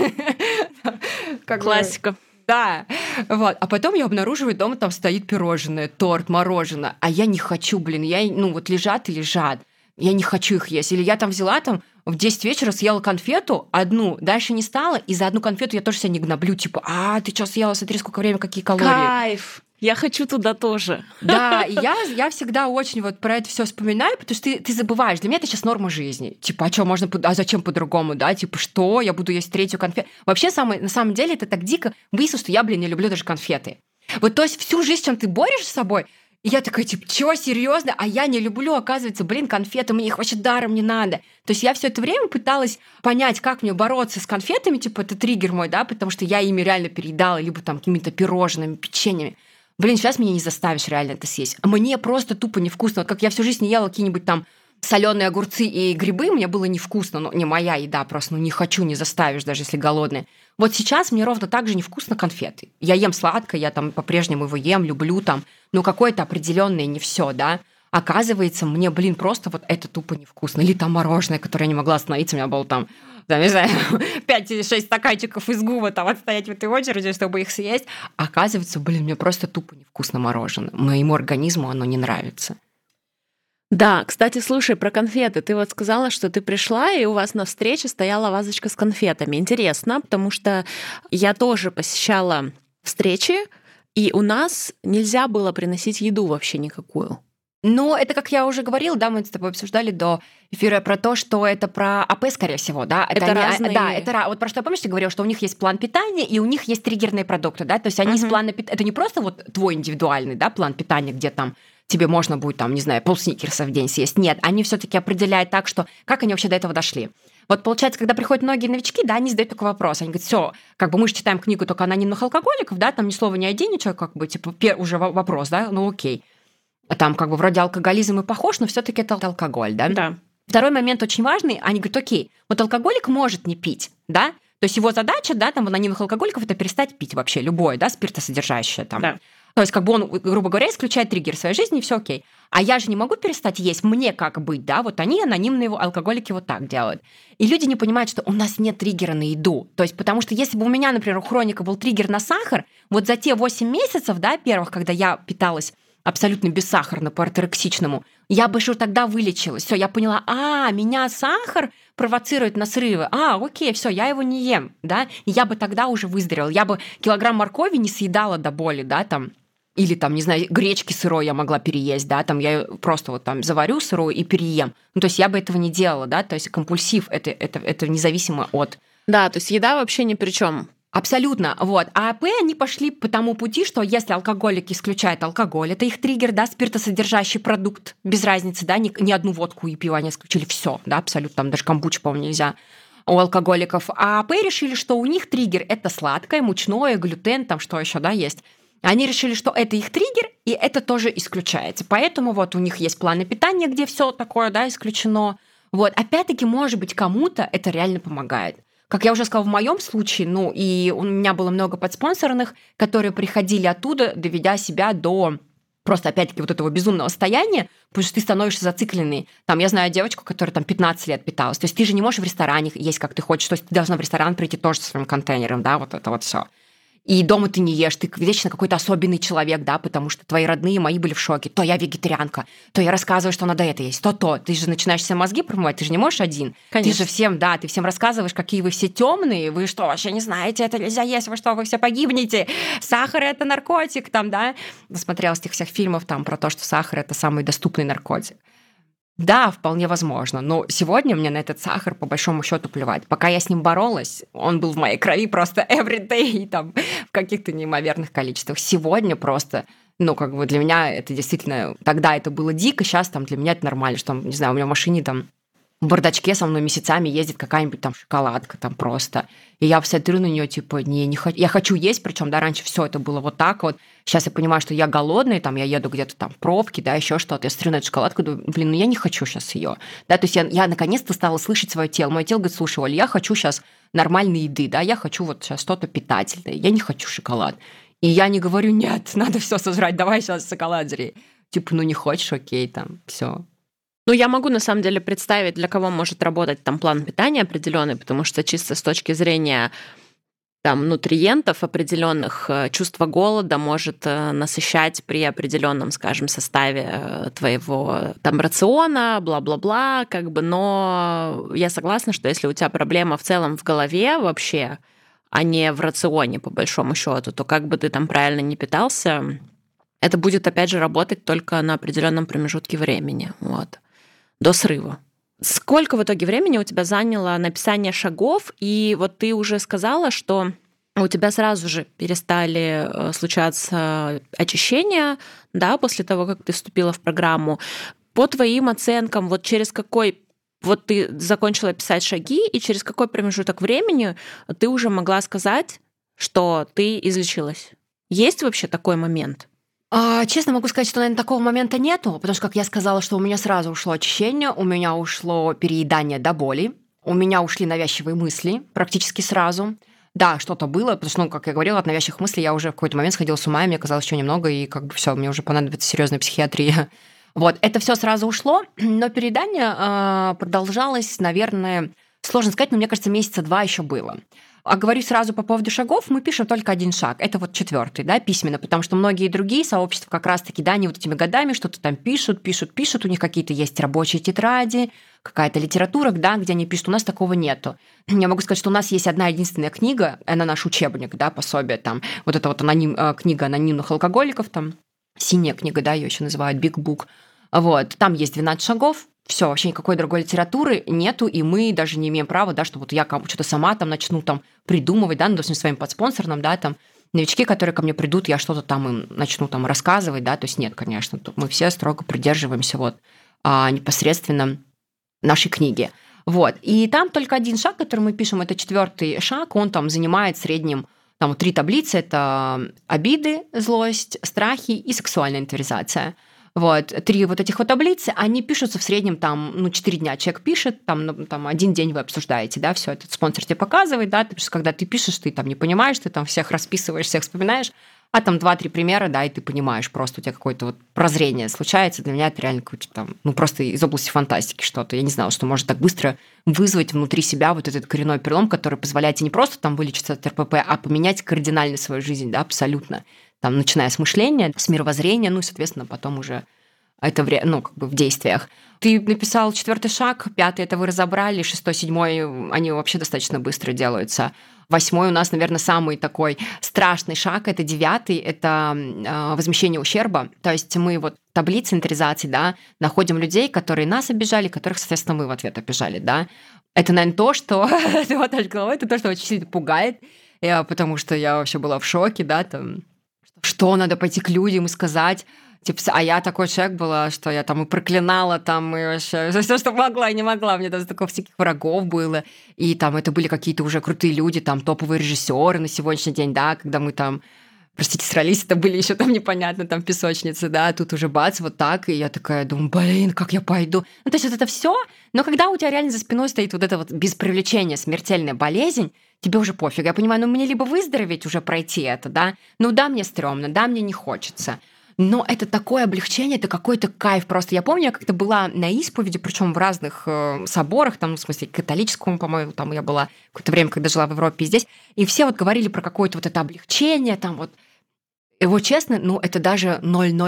Классика. Да, вот. А потом я обнаруживаю, дома там стоит пирожное, торт, мороженое. А я не хочу, блин, вот лежат и лежат. Я не хочу их есть. Или я там взяла там в 10 вечера, съела конфету одну, дальше не стала, и за одну конфету я тоже себя не гноблю. Типа, ты что съела, смотри, сколько времени, какие калории. Кайф! Я хочу туда тоже. Да, и я всегда очень вот про это все вспоминаю, потому что ты забываешь. Для меня это сейчас норма жизни. Типа, а что, можно, зачем по-другому, да? Типа, что, я буду есть 3-ю конфету? Вообще, на самом деле, это так дико. Выяснилось, что я, не люблю даже конфеты. Вот, то есть, всю жизнь, чем ты борешься с собой, и я такая, типа, чего, серьезно? А я не люблю, оказывается, конфеты, мне их вообще даром не надо. То есть я все это время пыталась понять, как мне бороться с конфетами, типа, это триггер мой, да, потому что я ими реально переедала, либо там какими-то пирожными, печеньями. Блин, сейчас меня не заставишь реально это съесть. Мне просто тупо невкусно. Вот как я всю жизнь не ела какие-нибудь там соленые огурцы и грибы, мне было невкусно. Не моя еда просто, не хочу, не заставишь, даже если голодная. Вот сейчас мне ровно так же невкусно конфеты. Я ем сладкое, я там по-прежнему его ем, люблю там, но какое-то определенное не все, да. Оказывается, мне, просто вот это тупо невкусно. Или там мороженое, которое я не могла остановиться, у меня было там, не знаю, 5-6 стаканчиков из губа там отстоять в этой очереди, чтобы их съесть. Оказывается, мне просто тупо невкусно мороженое. Моему организму оно не нравится. Да, кстати, слушай, про конфеты. Ты вот сказала, что ты пришла, и у вас на встрече стояла вазочка с конфетами. Интересно, потому что я тоже посещала встречи, и у нас нельзя было приносить еду вообще никакую. Ну, это, как я уже говорила, да, мы с тобой обсуждали до эфира про то, что это про АП, скорее всего, да. Это разные... Да, это вот про что, помнишь, ты говорила, что у них есть план питания, и у них есть триггерные продукты, да, то есть они из плана питания... Это не просто вот твой индивидуальный, да, план питания, где там тебе можно будет, там, не знаю, полсникерса в день съесть. Нет, они все-таки определяют так, что как они вообще до этого дошли. Вот получается, когда приходят многие новички, да, они задают такой вопрос. Они говорят, все, как бы мы же читаем книгу только анонимных алкоголиков, да, там ни слова не один, ничего, как бы, типа, уже вопрос, да, ну окей. Там как бы вроде алкоголизм и похож, но все-таки это алкоголь, да? Да. Второй момент очень важный. Они говорят, окей, вот алкоголик может не пить, да? То есть его задача, да, там, анонимных алкоголиков, это перестать пить вообще любое, да, спиртосодержащее там. Да. То есть как бы он, грубо говоря, исключает триггер в своей жизни, и все окей. А я же не могу перестать есть, мне как быть, да? Вот они, анонимные алкоголики, вот так делают. И люди не понимают, что у нас нет триггера на еду. То есть потому что если бы у меня, например, у хроника был триггер на сахар, вот за те 8 месяцев, да, первых, когда я питалась абсолютно бессахарно по орторексичному, я бы еще тогда вылечилась. Все, я поняла, меня сахар провоцирует на срывы. Окей, все, я его не ем, да, и я бы тогда уже выздоровела. Я бы килограмм моркови не съедала до боли, да, там, или там, не знаю, гречки сырой я могла переесть, да, там я просто вот там заварю сырую и переем. Ну, то есть я бы этого не делала, да, то есть компульсив это независимо от. Да, то есть еда вообще ни при чем. Абсолютно, вот. А АП, они пошли по тому пути, что если алкоголик исключает алкоголь, это их триггер, да, спиртосодержащий продукт, без разницы, да, ни одну водку и пиво они исключили, все, да, абсолютно, там даже камбучу, по-моему, нельзя у алкоголиков. А АП решили, что у них триггер – это сладкое, мучное, глютен, там что еще, да, есть. Они решили, что это их триггер, и это тоже исключается. Поэтому вот у них есть планы питания, где все такое, да, исключено. Вот, опять-таки, может быть, кому-то это реально помогает. Как я уже сказала, в моем случае, и у меня было много подспонсорных, которые приходили оттуда, доведя себя до просто, опять-таки, вот этого безумного состояния, потому что ты становишься зацикленный. Там, я знаю девочку, которая там 15 лет питалась. То есть ты же не можешь в ресторане есть, как ты хочешь. То есть ты должна в ресторан прийти тоже со своим контейнером, да, вот это вот все. И дома ты не ешь, ты вечно какой-то особенный человек, да, потому что твои родные мои были в шоке. То я вегетарианка, то я рассказываю, что надо это есть, то. Ты же начинаешь себе мозги промывать, ты же не можешь один. Конечно. Ты же всем, да, ты всем рассказываешь, какие вы все темные, вы что, вообще не знаете, это нельзя есть, вы все погибнете, сахар – это наркотик, там, да. Насмотрелась этих всех фильмов там про то, что сахар – это самый доступный наркотик. Да, вполне возможно. Но сегодня мне на этот сахар, по большому счету, плевать. Пока я с ним боролась, он был в моей крови просто every day, там, в каких-то неимоверных количествах. Сегодня просто, для меня это действительно... Тогда это было дико, сейчас там для меня это нормально, что, не знаю, у меня в машине там в бардачке со мной месяцами ездит какая-нибудь там шоколадка там просто. И я смотрю на нее типа, не хочу. Я хочу есть, причем да, раньше все это было вот так вот. Сейчас я понимаю, что я голодный, там я еду где-то там в пробке, да, еще что-то. Я смотрю на эту шоколадку, думаю, я не хочу сейчас ее. Да, то есть я наконец-то стала слышать свое тело. Мое тело говорит, слушай, Оля, я хочу сейчас нормальной еды, да, я хочу вот сейчас что-то питательное, я не хочу шоколад. И я не говорю, нет, надо все сожрать, давай сейчас шоколад жри. Типа, не хочешь, окей, там, все. Я могу на самом деле представить, для кого может работать там план питания определенный, потому что чисто с точки зрения там нутриентов определенных, чувство голода может насыщать при определенном, скажем, составе твоего там рациона, бла-бла-бла, но я согласна, что если у тебя проблема в целом в голове вообще, а не в рационе, по большому счету, то как бы ты там правильно не питался, это будет, опять же, работать только на определенном промежутке времени, до срыва. Сколько в итоге времени у тебя заняло написание шагов? И вот ты уже сказала, что у тебя сразу же перестали случаться очищения, да, после того, как ты вступила в программу. По твоим оценкам, через какой ты закончила писать шаги, и через какой промежуток времени ты уже могла сказать, что ты излечилась? Есть вообще такой момент? Честно могу сказать, что, наверное, такого момента нету, потому что, как я сказала, что у меня сразу ушло очищение, у меня ушло переедание до боли, у меня ушли навязчивые мысли практически сразу. Да, что-то было, потому что, как я говорила, от навязчивых мыслей я уже в какой-то момент сходила с ума, и мне казалось еще немного, и все, мне уже понадобится серьезная психиатрия. Это все сразу ушло, но переедание продолжалось, наверное, сложно сказать, но мне кажется, месяца 2 еще было. А говорю сразу по поводу шагов, мы пишем только один шаг. Это 4-й, да, письменно, потому что многие другие сообщества как раз-таки, да, они этими годами что-то там пишут, у них какие-то есть рабочие тетради, какая-то литература, да, где они пишут. У нас такого нету. Я могу сказать, что у нас есть одна единственная книга, она наш учебник, да, пособие, там, это книга анонимных алкоголиков, там, синяя книга, да, ее еще называют Big Book. Там есть 12 шагов, все, вообще никакой другой литературы нету, и мы даже не имеем права, да, что я что-то сама там начну там придумывать, да, допустим, своим подспонсорным, да, там, новички, которые ко мне придут, я что-то там им начну там рассказывать, да, то есть нет, конечно, мы все строго придерживаемся непосредственно нашей книги. И там только один шаг, который мы пишем, это 4-й шаг, он там занимает в среднем, там 3 таблицы, это обиды, злость, страхи и сексуальная инвентаризация. 3 этих таблицы, они пишутся в среднем 4 дня. Человек пишет, там 1 день вы обсуждаете, да, все этот спонсор тебе показывает, да, когда ты пишешь, ты там не понимаешь, ты там всех расписываешь, всех вспоминаешь, а там 2-3 примера, да, и ты понимаешь, просто у тебя какое-то прозрение случается. Для меня это реально какое-то там, просто из области фантастики что-то. Я не знала, что может так быстро вызвать внутри себя этот коренной перелом, который позволяет тебе не просто там вылечиться от РПП, а поменять кардинально свою жизнь, да, абсолютно. там, начиная с мышления, с мировоззрения, ну и, соответственно, потом уже это в действиях. Ты написал 4 шаг, 5 это вы разобрали, 6, 7 они вообще достаточно быстро делаются. 8 у нас, наверное, самый такой страшный шаг, это 9, это возмещение ущерба. То есть мы в таблице инвентаризации, да, находим людей, которые нас обижали, которых, соответственно, мы в ответ обижали, да. Это, наверное, то, что ты мотаешь головой, это то, что очень сильно пугает, потому что я вообще была в шоке, да, там, что надо пойти к людям и сказать. Типа, а я такой человек была, что я там и проклинала, там, и вообще за все, что могла и не могла. У меня даже таких всяких врагов было. И там это были какие-то уже крутые люди, там, топовые режиссеры на сегодняшний день, да, когда мы там, простите, срались, это были еще там непонятно, там, песочницы, да, а тут уже бац, вот так, и я такая думаю, блин, как я пойду. Ну, то есть вот это все, но когда у тебя реально за спиной стоит вот это без привлечения смертельная болезнь, тебе уже пофиг. Я понимаю, мне либо выздороветь, уже пройти это, да, ну да, мне стрёмно, да, мне не хочется. Но это такое облегчение, это какой-то кайф просто. Я помню, я как-то была на исповеди, причем в разных соборах, там, в смысле, католическому, по-моему, там я была какое-то время, когда жила в Европе и здесь, и все говорили про какое-то это облегчение, там Его, честно, это даже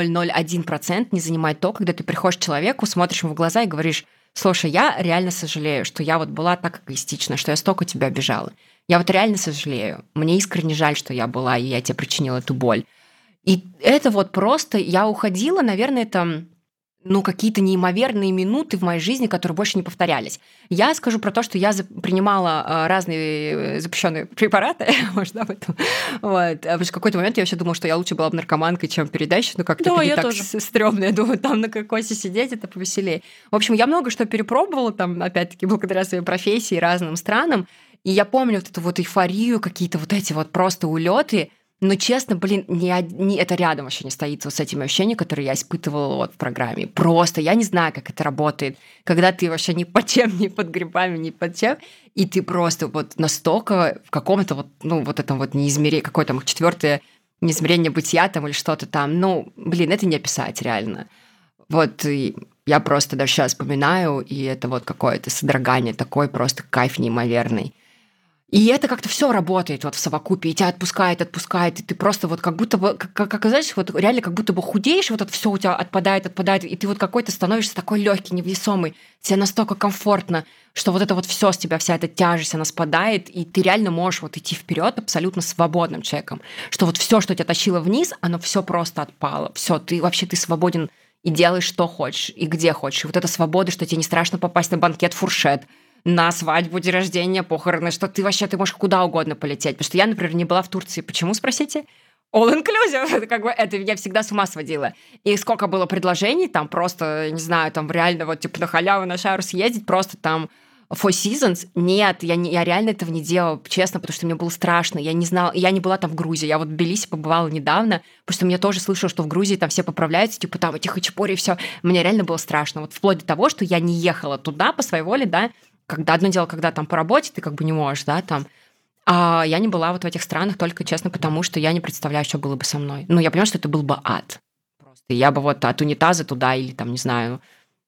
0,001% не занимает то, когда ты приходишь к человеку, смотришь ему в глаза и говоришь, слушай, я реально сожалею, что я была так эгоистична, что я столько тебя обижала. Я реально сожалею. Мне искренне жаль, что я была, и я тебе причинила эту боль. И это просто... Я уходила, наверное, это какие-то неимоверные минуты в моей жизни, которые больше не повторялись. Я скажу про то, что я принимала разные запрещенные препараты, может, об этом. Потому что в какой-то момент я вообще думала, что я лучше была бы наркоманкой, чем передачей. Как-то это не так стрёмно. Я думаю, там на кокосе сидеть, это повеселее. В общем, я много что перепробовала, там, опять-таки, благодаря своей профессии и разным странам. И я помню эту эйфорию, какие-то эти просто улеты. Но, честно, это рядом вообще не стоит с этими ощущениями, которые я испытывала в программе. Просто я не знаю, как это работает, когда ты вообще ни под чем, ни под грибами, ни под чем, и ты просто настолько в каком-то этом неизмерении, какое там 4 неизмерение бытия там или что-то там. Это не описать реально. И я просто даже сейчас вспоминаю, и это какое-то содрогание, такой просто кайф неимоверный. И это как-то все работает в совокупе, и тебя отпускает, и ты просто как будто бы, знаешь, реально как будто бы худеешь, это все у тебя отпадает, и ты какой-то становишься такой легкий, невесомый, тебе настолько комфортно, что это все с тебя, вся эта тяжесть, она спадает, и ты реально можешь идти вперед абсолютно свободным человеком, что все, что тебя тащило вниз, оно все просто отпало, все, ты свободен и делаешь, что хочешь, и где хочешь. И эта свобода, что тебе не страшно попасть на банкет «Фуршет», на свадьбу, день рождения, похороны, что ты можешь куда угодно полететь. Потому что я, например, не была в Турции. Почему, спросите? All inclusive. Это меня всегда с ума сводило. И сколько было предложений, там просто, не знаю, там реально на халяву на шару съездить, просто там Four Seasons. Нет, я реально этого не делала, честно, потому что мне было страшно. Я не знала, я не была там в Грузии. Я в Тбилиси побывала недавно, потому что я тоже слышала, что в Грузии там все поправляются, там эти хачапури и все. Мне реально было страшно. Вплоть до того, что я не ехала туда по своей воле, да. Одно дело, когда там по работе ты не можешь, да, там. А я не была в этих странах только, честно, потому что я не представляю, что было бы со мной. Я понимаю, что это был бы ад. Просто я бы от унитаза туда или там, не знаю,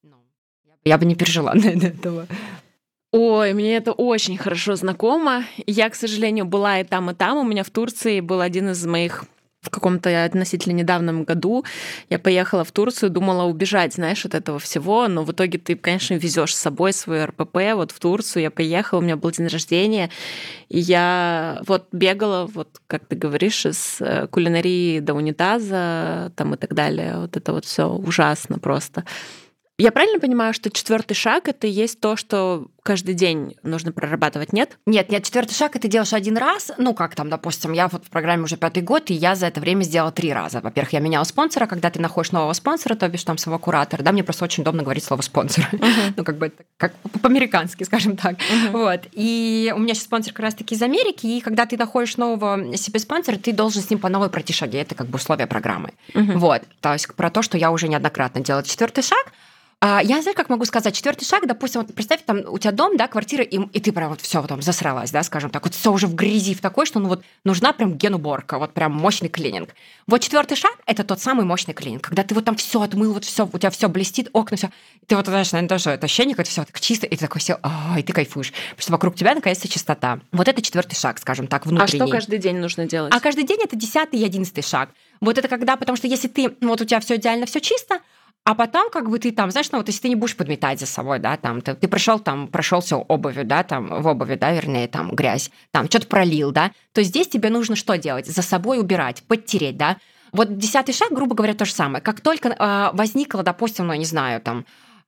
я бы не пережила на этого. Ой, мне это очень хорошо знакомо. Я, к сожалению, была и там, и там. У меня в Турции был один из моих... В каком-то относительно недавнем году я поехала в Турцию, думала убежать, знаешь, от этого всего, но в итоге ты, конечно, везешь с собой свой РПП в Турцию. Я поехала, у меня был день рождения, и я бегала, как ты говоришь, из кулинарии до унитаза там и так далее. Это все ужасно просто. Я правильно понимаю, что 4 шаг — это и есть то, что каждый день нужно прорабатывать, нет? Нет, 4 шаг ты делаешь один раз. Допустим, я в программе уже 5-й год, и я за это время сделала 3 раза. Во-первых, я меняла спонсора, когда ты находишь нового спонсора, то бишь там своего куратора, да, мне просто очень удобно говорить слово «спонсор». Как по-американски, скажем так. И у меня сейчас спонсор как раз-таки из Америки, и когда ты находишь нового себе спонсора, ты должен с ним по новой пройти шаги. Это условия программы. То есть про то, что я уже неоднократно делала 4 шаг. Я, знаешь, как могу сказать, 4-й шаг, допустим, вот представь, там у тебя дом, да, квартира, и ты прям вот все там засралась, да, скажем так, вот все уже в грязи в такой, что ну вот нужна прям генуборка, вот прям мощный клининг. Вот 4-й шаг – это тот самый мощный клининг, когда ты вот там все отмыл, вот все, у тебя все блестит, окна, все, ты вот, знаешь, наверное, тоже это ощущение, когда все так чисто, и ты такой все, и ты кайфуешь, потому что вокруг тебя наконец-то чистота. Вот это 4-й шаг, скажем так, внутренний. А что каждый день нужно делать? А каждый день это 10-й и 11-й шаг. Вот это когда, потому что если ты, вот у тебя все идеально, все чисто, а потом, как бы ты там, знаешь, ну вот если ты не будешь подметать за собой, да, там, ты пришел там, прошелся обувью, да, там, в обуви, да, вернее, там, грязь, там, что-то пролил, да, то здесь тебе нужно что делать? За собой убирать, подтереть, да. Вот 10-й шаг, грубо говоря, то же самое. Как только возникло, допустим, ну, не знаю, там,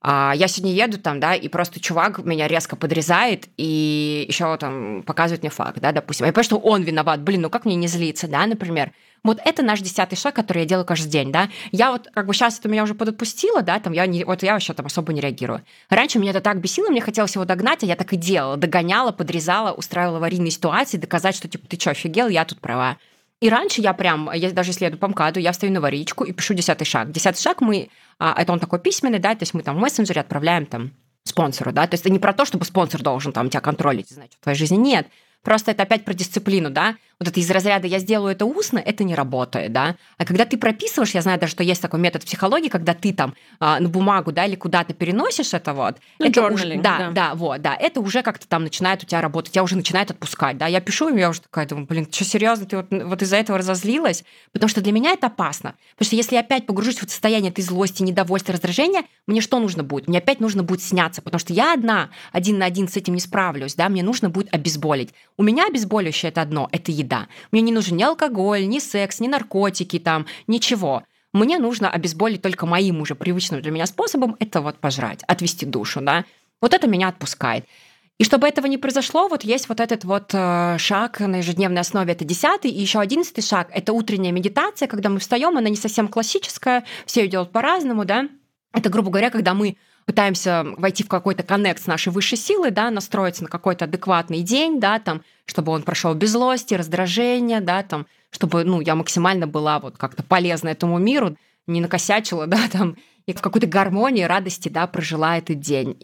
я сегодня еду там, да, и просто чувак меня резко подрезает и еще там показывает мне факт, да, допустим. Я понимаю, что он виноват, блин, ну как мне не злиться, да, например. Вот это наш 10-й шаг, который я делаю каждый день, да. Я вот как бы сейчас это меня уже подотпустило, да, там я вообще там особо не реагирую. Раньше меня это так бесило, мне хотелось его догнать, а я так и делала, догоняла, подрезала, устраивала аварийные ситуации, доказать, что типа ты что, офигел, я тут права. И раньше я даже если еду по МКАДу, я встаю на аварийку и пишу 10-й шаг. 10-й шаг это он такой письменный, да, то есть мы там в мессенджере отправляем там спонсору, да, то есть это не про то, чтобы спонсор должен там тебя контролить, значит, в твоей жизни нет. Просто это опять про дисциплину, да. Вот это из разряда «я сделаю это устно», это не работает, да. А когда ты прописываешь, я знаю даже, что есть такой метод в психологии, когда ты там на бумагу, да, или куда-то переносишь это вот. Ну, это journaling, да, это уже как-то там начинает у тебя работать, тебя уже начинает отпускать, да. Я пишу, и я уже такая думаю, блин, что, серьезно, ты вот из-за этого разозлилась? Потому что для меня это опасно. Потому что если я опять погружусь в состояние этой злости, недовольства, раздражения, мне что нужно будет? Мне опять нужно будет сняться, потому что я один на один с этим не справлюсь, да, мне нужно будет обезболить. У меня обезболивающее это одно, это еда. Мне не нужен ни алкоголь, ни секс, ни наркотики, там, ничего. Мне нужно обезболить только моим уже привычным для меня способом, это вот пожрать, отвести душу, да. Вот это меня отпускает. И чтобы этого не произошло, вот есть вот этот вот шаг на ежедневной основе, это 10-й, и еще 11-й шаг, это утренняя медитация, когда мы встаем, она не совсем классическая, все ее делают по-разному, да. Это, грубо говоря, когда мы пытаемся войти в какой-то коннект с нашей высшей силой, да, настроиться на какой-то адекватный день, да, там, чтобы он прошел без злости, раздражения, да, там, чтобы, я максимально была вот как-то полезна этому миру, не накосячила, да, там, и в какой-то гармонии, радости, да, прожила этот день.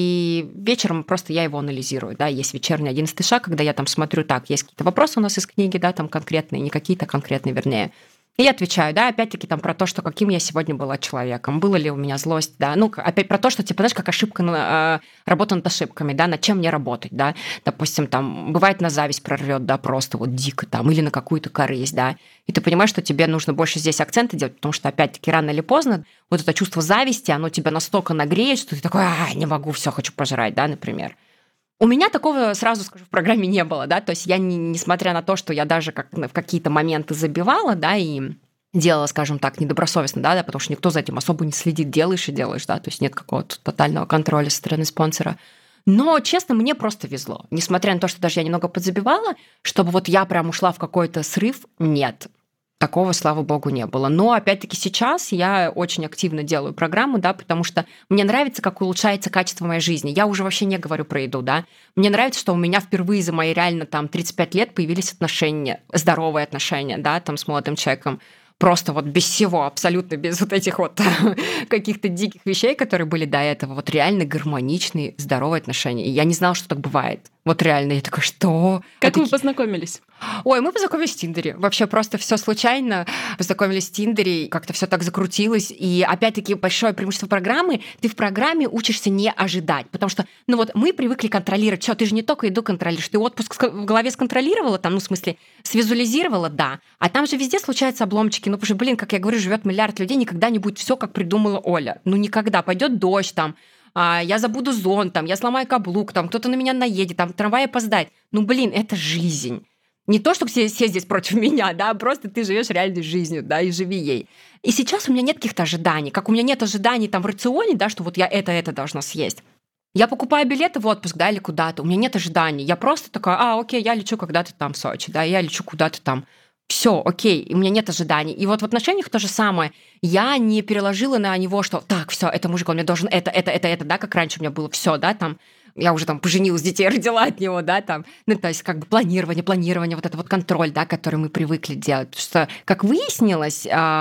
И вечером просто я его анализирую, да, есть вечерний 11-й шаг, когда я там смотрю, так, есть какие-то вопросы у нас из книги, да, там конкретные, не какие-то конкретные, вернее. И я отвечаю, да, опять-таки там про то, что каким я сегодня была человеком, была ли у меня злость, да, опять про то, что, типа, знаешь, как ошибка, работа над ошибками, да, над чем мне работать, да, допустим, там, бывает на зависть прорвет, да, просто вот дико там, или на какую-то корысть, да, и ты понимаешь, что тебе нужно больше здесь акценты делать, потому что, опять-таки, рано или поздно вот это чувство зависти, оно тебя настолько нагреет, что ты такой, не могу, все хочу пожрать, да, например. У меня такого, сразу скажу, в программе не было, да, то есть я, несмотря на то, что я даже в какие-то моменты забивала, да, и делала, скажем так, недобросовестно, да, потому что никто за этим особо не следит, делаешь и делаешь, да, то есть нет какого-то тотального контроля со стороны спонсора. Но, честно, мне просто везло. Несмотря на то, что даже я немного подзабивала, чтобы вот я прям ушла в какой-то срыв, нет. Такого, слава богу, не было. Но, опять-таки, сейчас я очень активно делаю программу, да, потому что мне нравится, как улучшается качество моей жизни. Я уже вообще не говорю про еду, да. Мне нравится, что у меня впервые за мои реально там 35 лет появились отношения, здоровые отношения, да, там с молодым человеком. Просто вот без всего, абсолютно без вот этих вот каких-то диких вещей, которые были до этого. Вот реально гармоничные, здоровые отношения. И я не знала, что так бывает. Вот реально, я такая, что? Как вы познакомились? Ой, мы познакомились в Тиндере. Вообще просто все случайно. Познакомились в Тиндере, как-то все так закрутилось. И опять-таки большое преимущество программы. Ты в программе учишься не ожидать. Потому что, вот мы привыкли контролировать. Что, ты же не только еду контролируешь. Ты отпуск в голове сконтролировала, там, в смысле, свизуализировала, да. А там же везде случаются обломчики. Потому что, как я говорю, живет миллиард людей, никогда не будет все, как придумала Оля. Никогда. Пойдет дождь там. Я забуду зонт, там, я сломаю каблук, там, кто-то на меня наедет, там, трамвай опоздает. Это жизнь. Не то, что все здесь против меня, да, просто ты живешь реальной жизнью, да, и живи ей. И сейчас у меня нет каких-то ожиданий, как у меня нет ожиданий там в рационе, да, что вот я это должна съесть. Я покупаю билеты в отпуск, да, или куда-то, у меня нет ожиданий. Я просто такая, окей, я лечу когда-то там в Сочи, да, я лечу куда-то там. Все, окей, у меня нет ожиданий. И вот в отношениях то же самое. Я не переложила на него, что так, все, это мужик, он мне должен это, да, как раньше у меня было все, да, там. Я уже там поженилась, детей родила от него, да, там. То есть как бы планирование, вот это вот контроль, да, который мы привыкли делать. Потому что, как выяснилось,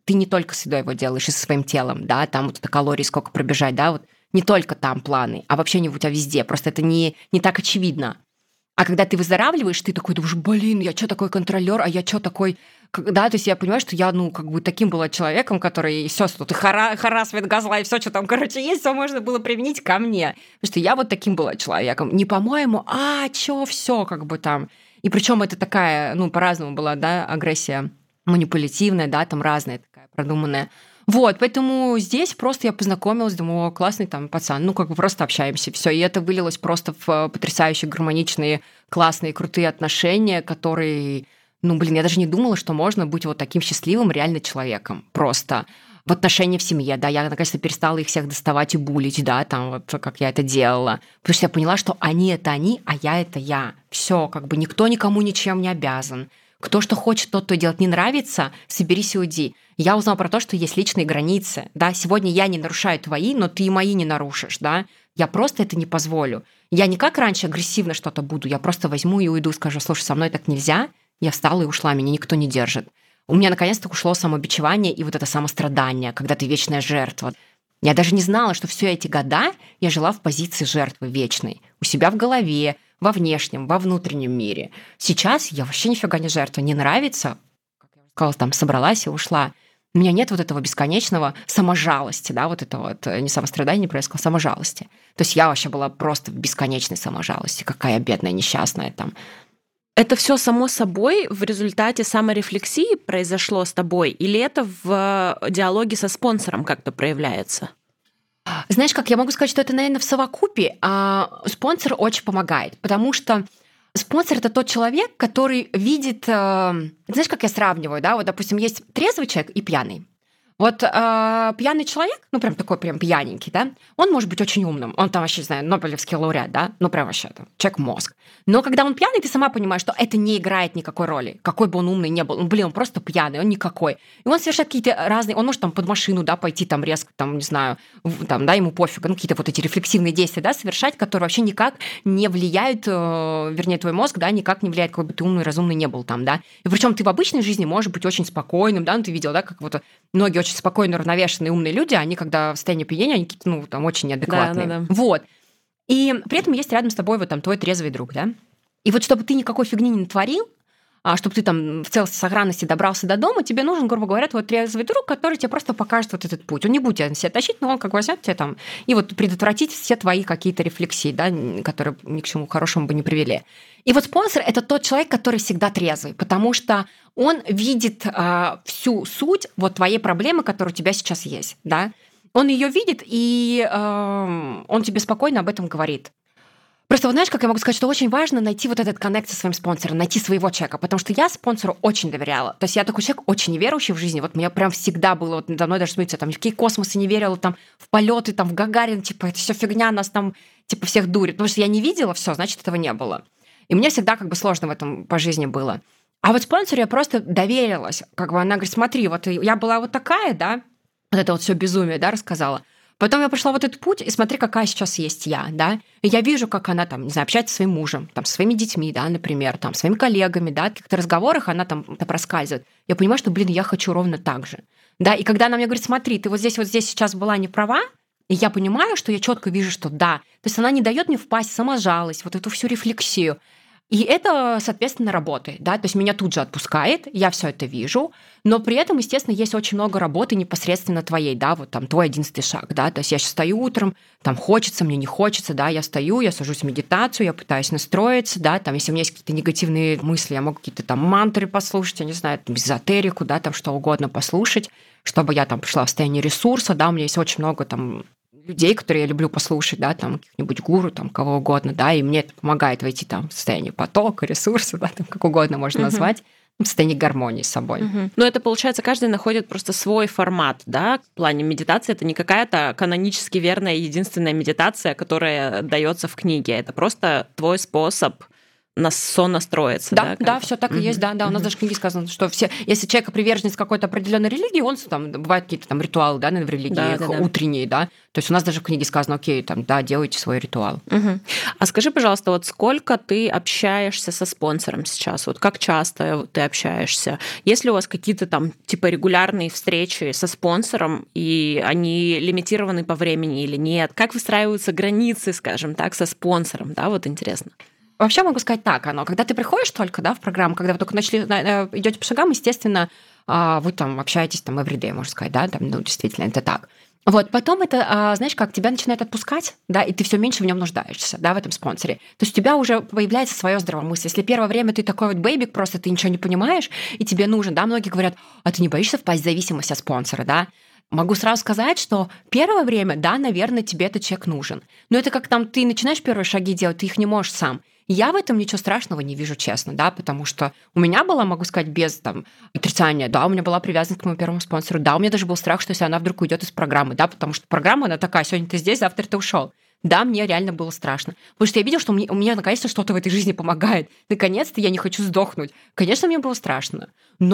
ты не только с едой его делаешь, и со своим телом, да, там вот это калорий сколько пробежать, да, вот не только там планы, а вообще не у тебя везде, просто это не так очевидно. А когда ты выздоравливаешь, ты такой думаешь, блин, я что такой контролер, а я что такой... Да, то есть я понимаю, что я, таким была человеком, который все, тут и харассмент, газлайф, все, что там, есть, все можно было применить ко мне. Потому что я вот таким была человеком. Не по-моему, все, там. И причем это такая, по-разному была, да, агрессия манипулятивная, да, там разная такая, продуманная. Вот, поэтому здесь просто я познакомилась, думаю, классный там пацан, просто общаемся, все. И это вылилось просто в потрясающие, гармоничные, классные, крутые отношения, которые, я даже не думала, что можно быть вот таким счастливым реально человеком. Просто в отношениях в семье, да, я, наконец-то, перестала их всех доставать и булить, да, там вот как я это делала. Потому что я поняла, что они – это они, а я – это я. Все, никто никому ничем не обязан. Кто что хочет, тот то делать. Не нравится – соберись и уйди. Я узнала про то, что есть личные границы. Да? Сегодня я не нарушаю твои, но ты и мои не нарушишь. Да? Я просто это не позволю. Я не как раньше агрессивно что-то буду, я просто возьму и уйду, скажу, слушай, со мной так нельзя. Я встала и ушла, меня никто не держит. У меня наконец-то ушло самобичевание и вот это самострадание, когда ты вечная жертва. Я даже не знала, что все эти года я жила в позиции жертвы вечной. У себя в голове, во внешнем, во внутреннем мире. Сейчас я вообще нифига не жертва. Не нравится, как я уже сказала, там собралась и ушла. У меня нет вот этого бесконечного саможалости, да, вот это вот не самострадание, не происходило, саможалости. То есть я вообще была просто в бесконечной саможалости. Какая я бедная, несчастная там. Это все само собой в результате саморефлексии произошло с тобой, или это в диалоге со спонсором как-то проявляется? Знаешь, как я могу сказать, что это, наверное, в совокупе, а спонсор очень помогает, потому что спонсор – это тот человек, который видит… Знаешь, как я сравниваю, да? Вот, допустим, есть трезвый человек и пьяный. Вот пьяный человек, прям такой прям пьяненький, да, он может быть очень умным. Он там вообще, не знаю, Нобелевский лауреат, да, прям вообще там, человек-мозг. Но когда он пьяный, ты сама понимаешь, что это не играет никакой роли. Какой бы он умный ни был. Он просто пьяный, он никакой. И он совершает какие-то разные… Он может там под машину, да, пойти там резко, там, не знаю, там, да, ему пофиг, какие-то вот эти рефлексивные действия, да, совершать, которые вообще никак не влияют, вернее, твой мозг, да, никак не влияет, какой бы ты умный, разумный не был там, да. И причем ты в обычной жизни можешь быть очень спокойным, да, ты видел, да, как вот многие очень спокойно уравновешенные умные люди, они, когда в состоянии опьянения, они какие-то, там, очень неадекватные. Да. Вот. И при этом есть рядом с тобой вот там твой трезвый друг, да. И вот чтобы ты никакой фигни не натворил, чтобы ты там в целости, сохранности добрался до дома, тебе нужен, грубо говоря, твой трезвый друг, который тебе просто покажет вот этот путь. Он не будет тебя на себя тащить, но он как возьмет тебя там и вот предотвратить все твои какие-то рефлексии, да, которые ни к чему хорошему бы не привели. И вот спонсор – это тот человек, который всегда трезвый, потому что он видит всю суть вот твоей проблемы, которая у тебя сейчас есть, да. Он ее видит, и он тебе спокойно об этом говорит. Просто вот знаешь, как я могу сказать, что очень важно найти вот этот коннект со своим спонсором, найти своего человека, потому что я спонсору очень доверяла. То есть я такой человек очень неверующий в жизни. Вот у меня прям всегда было, вот надо мной даже смеются, там, в какие космосы не верила, там, в полеты, там, в Гагарин, типа, это все фигня, нас там, типа, всех дурит. Потому что я не видела все, значит, этого не было. И мне всегда как бы сложно в этом по жизни было. А вот спонсору я просто доверилась. Как бы она говорит, смотри, вот я была вот такая, да, вот это вот все безумие, да, рассказала. Потом я прошла вот этот путь, и смотри, какая сейчас есть я, да. И я вижу, как она там, не знаю, общается со своим мужем, там, со своими детьми, да, например, там, своими коллегами, да, в каких-то разговорах она там проскальзывает. Я понимаю, что, я хочу ровно так же. Да, и когда она мне говорит, смотри, ты вот здесь сейчас была не права, и я понимаю, что я четко вижу, что да. То есть она не дает мне впасть в саможалость, вот эту всю рефлексию. И это, соответственно, работает, да, то есть меня тут же отпускает, я все это вижу, но при этом, естественно, есть очень много работы непосредственно твоей, да, вот там твой 11-й шаг, да, то есть я сейчас стою утром, там хочется, мне не хочется, да, я стою, я сажусь в медитацию, я пытаюсь настроиться, да, там, если у меня есть какие-то негативные мысли, я могу какие-то там мантры послушать, я не знаю, там, эзотерику, да, там что угодно послушать, чтобы я там пришла в состояние ресурса, да, у меня есть очень много там людей, которые я люблю послушать, да, там, каких-нибудь гуру, там, кого угодно, да, и мне это помогает войти там в состояние потока, ресурса, да, там, как угодно можно назвать, в состоянии гармонии с собой. Но это, получается, каждый находит просто свой формат, да, в плане медитации. Это не какая-то канонически верная единственная медитация, которая дается в книге. Это просто твой способ сонастроиться. Да, все так и есть, да. У нас даже в книге сказано, что все, если человек приверженец какой-то определенной религии, он там, бывают какие-то там ритуалы, да, в религии, утренние, да. То есть у нас даже в книге сказано, окей, там, да, делайте свой ритуал. А скажи, пожалуйста, вот сколько ты общаешься со спонсором сейчас? Вот как часто ты общаешься? Есть ли у вас какие-то там типа регулярные встречи со спонсором, и они лимитированы по времени или нет? Как выстраиваются границы, скажем так, со спонсором? Да, вот интересно. Вообще могу сказать так, когда ты приходишь только, да, в программу, когда вы только идете по шагам, естественно, вы там общаетесь там everyday, можно сказать, да, там, действительно, это так. Вот, потом это, знаешь, как тебя начинает отпускать, да, и ты все меньше в нем нуждаешься, да, в этом спонсоре. То есть у тебя уже появляется свое здравомыслие. Если первое время ты такой вот бэйбик, просто ты ничего не понимаешь, и тебе нужен, да, многие говорят, а ты не боишься впасть в зависимость от спонсора, да? Могу сразу сказать, что первое время, да, наверное, тебе этот человек нужен. Но это как там ты начинаешь первые шаги делать, ты их не можешь сам. Я в этом ничего страшного не вижу, честно, да, потому что у меня была, могу сказать, без там отрицания, да, у меня была привязанность к моему первому спонсору, да, у меня даже был страх, что если она вдруг уйдет из программы, да, потому что программа, она такая, сегодня ты здесь, завтра ты ушел. Да, мне реально было страшно. Потому что я видела, что у меня наконец-то что-то в этой жизни помогает. Наконец-то я не хочу сдохнуть. Конечно, мне было страшно.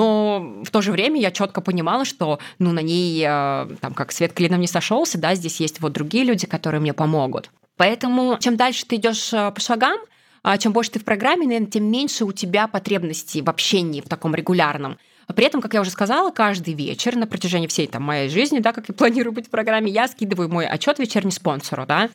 Но в то же время я четко понимала, что на ней, там, как свет клином не сошелся, да, здесь есть вот другие люди, которые мне помогут. Поэтому чем дальше ты идешь по шагам, чем больше ты в программе, наверное, тем меньше у тебя потребностей в общении в таком регулярном. При этом, как я уже сказала, каждый вечер на протяжении всей там, моей жизни, да, как я планирую быть в программе, я скидываю мой отчет вечерний спонсору, да.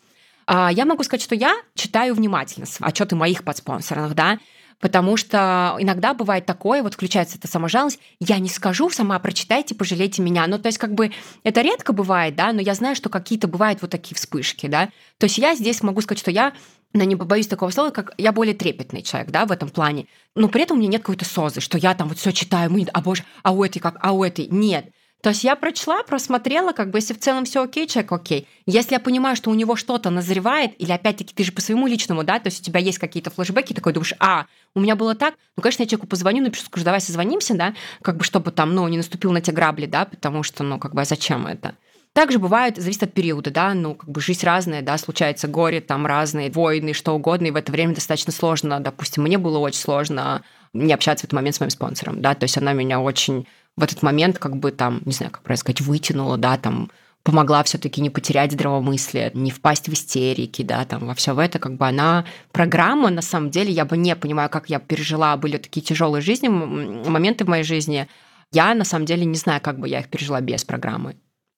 Я могу сказать, что я читаю внимательно отчеты моих подспонсорных, да, потому что иногда бывает такое, вот включается эта саможалость, я не скажу, сама прочитайте, пожалейте меня. Ну, то есть, как бы, это редко бывает, да, но я знаю, что какие-то бывают вот такие вспышки, да. То есть я здесь могу сказать, что я, не побоюсь такого слова, как я более трепетный человек, да, в этом плане, но при этом у меня нет какой-то созы, что я там вот все читаю, а боже, а у этой как, а у этой нет. То есть я прочла, просмотрела, как бы, если в целом все окей, человек окей. Если я понимаю, что у него что-то назревает, или опять-таки ты же по своему личному, да, то есть у тебя есть какие-то флешбеки, такой думаешь, у меня было так, конечно, я человеку позвоню, напишу, скажу, давай созвонимся, да, как бы, чтобы там, не наступил на те грабли, да, потому что, как бы, а зачем это? Также бывает, зависит от периода, да, как бы жизнь разная, да, случается горе, там разные войны, что угодно, и в это время достаточно сложно, допустим, мне было очень сложно не общаться в этот момент с моим спонсором, да, то есть она меня очень в этот момент, как бы там, не знаю, как правильно сказать, вытянула, да, там, помогла все-таки не потерять здравомыслие, не впасть в истерики, да, там, во все это, как бы она, программа, на самом деле, я бы не понимаю, как я пережила, были такие тяжелые жизни, моменты в моей жизни, я, на самом деле, не знаю, как бы я их пережила без программы.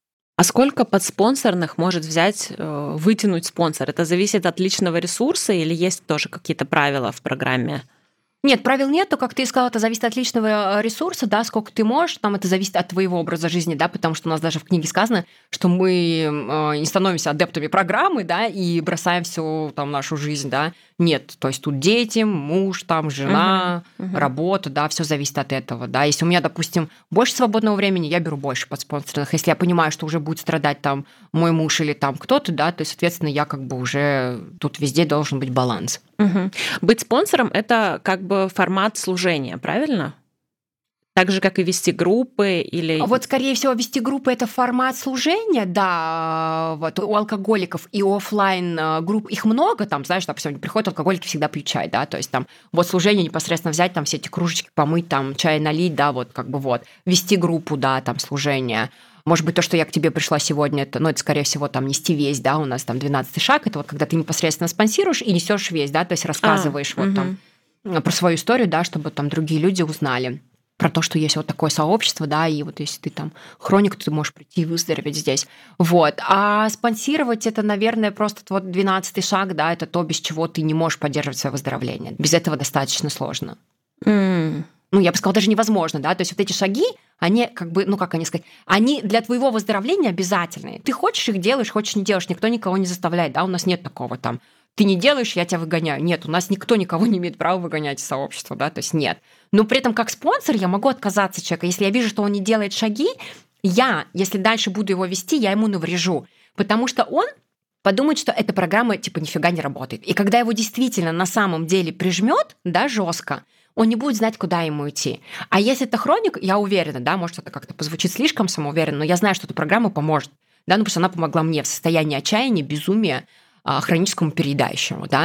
А сколько подспонсорных может вытянуть спонсор? Это зависит от личного ресурса или есть тоже какие-то правила в программе? Нет, правил нету, как ты и сказала, это зависит от личного ресурса, да, сколько ты можешь, там это зависит от твоего образа жизни, да, потому что у нас даже в книге сказано, что мы не становимся адептами программы, да, и бросаем всю там нашу жизнь, да. Нет, то есть тут дети, муж, там, жена, работа, да, все зависит от этого, да. Если у меня, допустим, больше свободного времени, я беру больше подспонсорных. Если я понимаю, что уже будет страдать там мой муж или там кто-то, да, то, соответственно, я как бы уже тут везде должен быть баланс. Быть спонсором – это как бы формат служения, правильно? Так же, как и вести группы или… Вот, скорее всего, вести группы – это формат служения, да. Вот у алкоголиков и офлайн групп их много, там, знаешь, допустим, приходят алкоголики, всегда пьют чай, да, то есть там вот служение непосредственно взять, там все эти кружечки помыть, там чай налить, да, вот как бы вот. Вести группу, да, там служение. Может быть, то, что я к тебе пришла сегодня, это, это, скорее всего, там, нести весь, да, у нас там 12-й шаг, это вот когда ты непосредственно спонсируешь и несешь весь, да, то есть рассказываешь вот там про свою историю, да, чтобы там другие люди узнали про то, что есть вот такое сообщество, да, и вот если ты там хроник, то ты можешь прийти и выздороветь здесь. Вот. А спонсировать это, наверное, просто вот 12-й шаг, да, это то, без чего ты не можешь поддерживать свое выздоровление. Без этого достаточно сложно. Я бы сказала, даже невозможно, да, то есть вот эти шаги, они как бы, как они сказать, они для твоего выздоровления обязательные. Ты хочешь их делаешь, хочешь не делаешь, никто никого не заставляет, да, у нас нет такого там, ты не делаешь, я тебя выгоняю. Нет, у нас никто никого не имеет права выгонять из сообщества, да, то есть нет. Но при этом как спонсор я могу отказаться от человека. Если я вижу, что он не делает шаги, если дальше буду его вести, я ему наврежу, потому что он подумает, что эта программа типа нифига не работает. И когда его действительно на самом деле прижмет, да, жестко, он не будет знать, куда ему идти. А если это хроник, я уверена, да, может, это как-то позвучит слишком самоуверенно, но я знаю, что эта программа поможет, да, потому что она помогла мне в состоянии отчаяния, безумия, хроническому переедающему, да.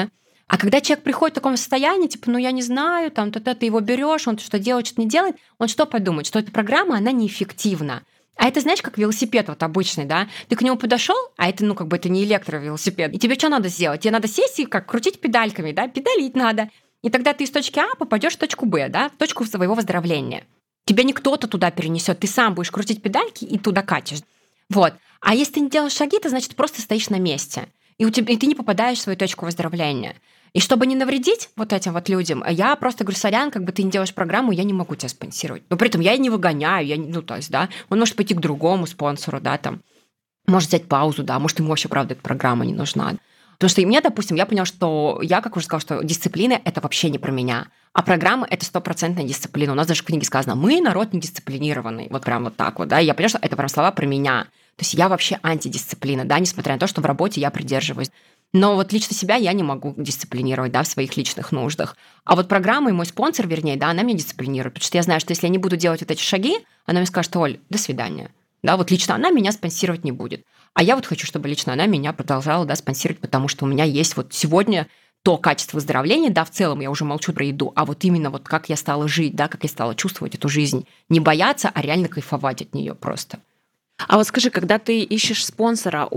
А когда человек приходит в таком состоянии, типа, ну я не знаю, там, ты его берешь, он что делает, что не делает, он что подумает? Что эта программа, она неэффективна. А это, знаешь, как велосипед вот обычный, да? Ты к нему подошел, а это, ну, как бы это не электровелосипед. И тебе что надо сделать? Тебе надо сесть и как крутить педальками, да? Педалить надо. И тогда ты из точки А попадешь в точку Б, да? В точку своего выздоровления. Тебя не кто-то туда перенесет, ты сам будешь крутить педальки и туда катишь. Вот. А если ты не делаешь шаги, то значит, ты просто стоишь на месте. И ты не попадаешь в свою точку выздоровления. И чтобы не навредить вот этим вот людям, я просто говорю, сорян, как бы ты не делаешь программу, я не могу тебя спонсировать. Но при этом я и не выгоняю, то есть, да, он может пойти к другому спонсору, да, там, может взять паузу, да, может, ему вообще, правда, эта программа не нужна. Потому что и мне, допустим, я поняла, что я, как уже сказала, что дисциплина – это вообще не про меня, а программа – это 100% дисциплина. У нас даже в книге сказано, мы народ недисциплинированный, вот прям вот так вот, да, и я поняла, что это прям слова про меня. То есть я вообще антидисциплина, да, несмотря на то, что в работе я придерживаюсь. Но вот лично себя я не могу дисциплинировать, да, в своих личных нуждах. А вот программа и мой спонсор, вернее, да, она меня дисциплинирует. Потому что я знаю, что если я не буду делать вот эти шаги, она мне скажет: Оль, до свидания. Да, вот лично она меня спонсировать не будет. А я вот хочу, чтобы лично она меня продолжала, да, спонсировать, потому что у меня есть вот сегодня то качество выздоровления, да, в целом я уже молчу про еду, а вот именно вот как я стала жить, да, как я стала чувствовать эту жизнь. Не бояться, а реально кайфовать от нее просто. А вот скажи, когда ты ищешь спонсора,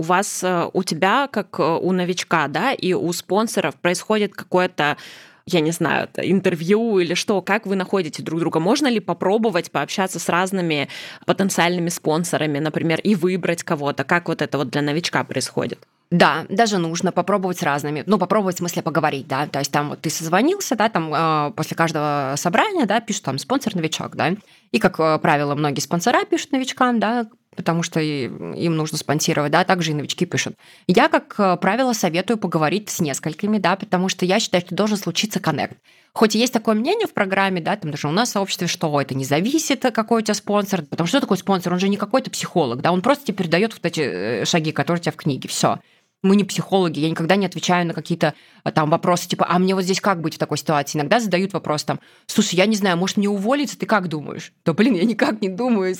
у тебя, как у новичка, да, и у спонсоров происходит какое-то, я не знаю, интервью или что, как вы находите друг друга? Можно ли попробовать пообщаться с разными потенциальными спонсорами, например, и выбрать кого-то? Как вот это вот для новичка происходит? Да, даже нужно попробовать с разными. Ну, попробовать в смысле поговорить, да. То есть там вот ты созвонился, да, там после каждого собрания, да, пишут там спонсор-новичок, да. И, как правило, многие спонсора пишут новичкам, да, потому что им нужно спонсировать, да, также и новички пишут. Я, как правило, советую поговорить с несколькими, да, потому что я считаю, что должен случиться коннект. Хоть и есть такое мнение в программе, да, там даже у нас в сообществе, что это не зависит, какой у тебя спонсор, потому что такой спонсор, он же не какой-то психолог, да, он просто тебе передает вот эти шаги, которые у тебя в книге, все. Мы не психологи, я никогда не отвечаю на какие-то там вопросы, типа, а мне вот здесь как быть в такой ситуации? Иногда задают вопрос там: слушай, я не знаю, может мне уволиться, ты как думаешь? Да, блин, я никак не думаю,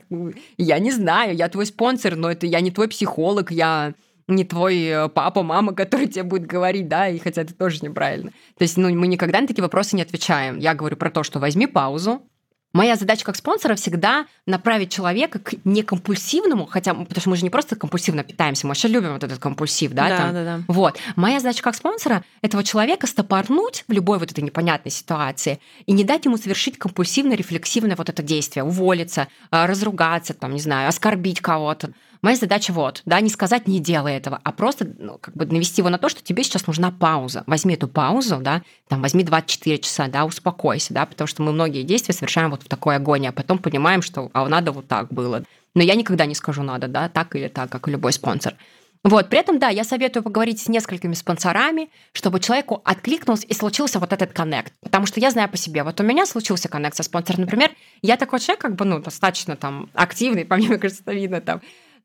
я не знаю, я твой спонсор, но это я не твой психолог, я не твой папа, мама, который тебе будет говорить, да, и хотя это тоже неправильно. То есть, мы никогда на такие вопросы не отвечаем. Я говорю про то, что возьми паузу. Моя задача как спонсора всегда направить человека к некомпульсивному, потому что мы же не просто компульсивно питаемся, мы вообще любим вот этот компульсив, да? Да. Вот. Моя задача как спонсора этого человека стопорнуть в любой вот этой непонятной ситуации и не дать ему совершить компульсивно-рефлексивное вот это действие, уволиться, разругаться, там, не знаю, оскорбить кого-то. Моя задача не сказать «не делай этого», а просто навести его на то, что тебе сейчас нужна пауза. Возьми эту паузу, да, там, возьми 24 часа, да, успокойся, да, потому что мы многие действия совершаем вот в такой агонии, а потом понимаем, что надо вот так было. Но я никогда не скажу «надо», да, так или так, как и любой спонсор. Вот, при этом, да, я советую поговорить с несколькими спонсорами, чтобы человеку откликнулся и случился вот этот коннект. Потому что я знаю по себе, вот у меня случился коннект со спонсором, например, я такой человек, достаточно там активный, по мне кажется, это видно там,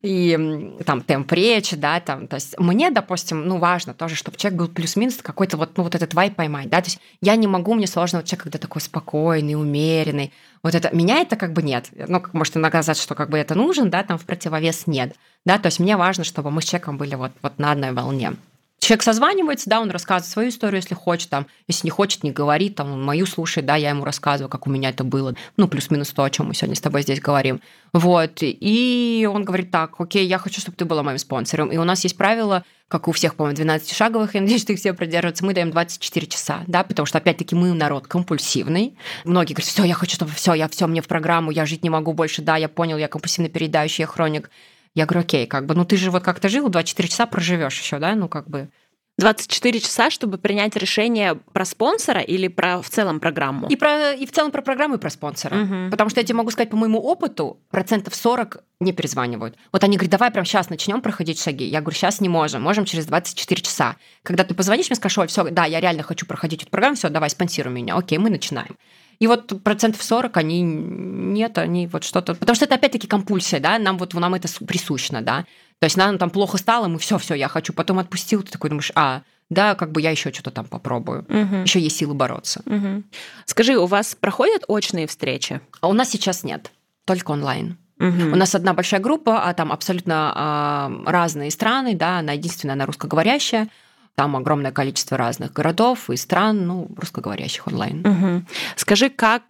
и там темп речи, да, там, то есть мне, допустим, важно тоже, чтобы человек был плюс-минус какой-то вот этот вайб поймать, да, то есть я не могу, мне сложно человек, когда такой спокойный, умеренный, вот это, меня это нет, может иногда казаться, что это нужен, да, там в противовес нет, да, то есть мне важно, чтобы мы с человеком были вот на одной волне. Человек созванивается, да, он рассказывает свою историю, если хочет, там, если не хочет, не говорит, там, он мою слушает, да, я ему рассказываю, как у меня это было, плюс-минус то, о чем мы сегодня с тобой здесь говорим. Вот, и он говорит: так, окей, я хочу, чтобы ты была моим спонсором. И у нас есть правило, как у всех, по-моему, 12-шаговых, я надеюсь, что их все придерживаются, мы даем 24 часа, да, потому что, опять-таки, мы народ компульсивный. Многие говорят: все, я хочу, чтобы все, мне в программу, я жить не могу больше, да, я понял, я компульсивно переедающий, я хроник. Я говорю: окей, ты же вот как-то жил, 24 часа проживешь еще, да, 24 часа, чтобы принять решение про спонсора или в целом программу? И в целом про программу, и про спонсора. Угу. Потому что я тебе могу сказать, по моему опыту, 40% не перезванивают. Вот они говорят: давай прямо сейчас начнем проходить шаги. Я говорю: сейчас не можем через 24 часа. Когда ты позвонишь, мне скажешь: Оль, все, да, я реально хочу проходить эту программу, все, давай, спонсируй меня. Окей, мы начинаем. И вот 40% они нет, они вот что-то... Потому что это опять-таки компульсия, да, нам это присущно, да. То есть нам там плохо стало, мы все, я хочу. Потом отпустил, ты такой думаешь: да, я еще что-то там попробую. Угу. Еще есть силы бороться. Угу. Скажи, у вас проходят очные встречи? А у нас сейчас нет, только онлайн. Угу. У нас одна большая группа, там абсолютно разные страны, да, она единственная, она русскоговорящая. Там огромное количество разных городов и стран, русскоговорящих онлайн. Угу. Скажи,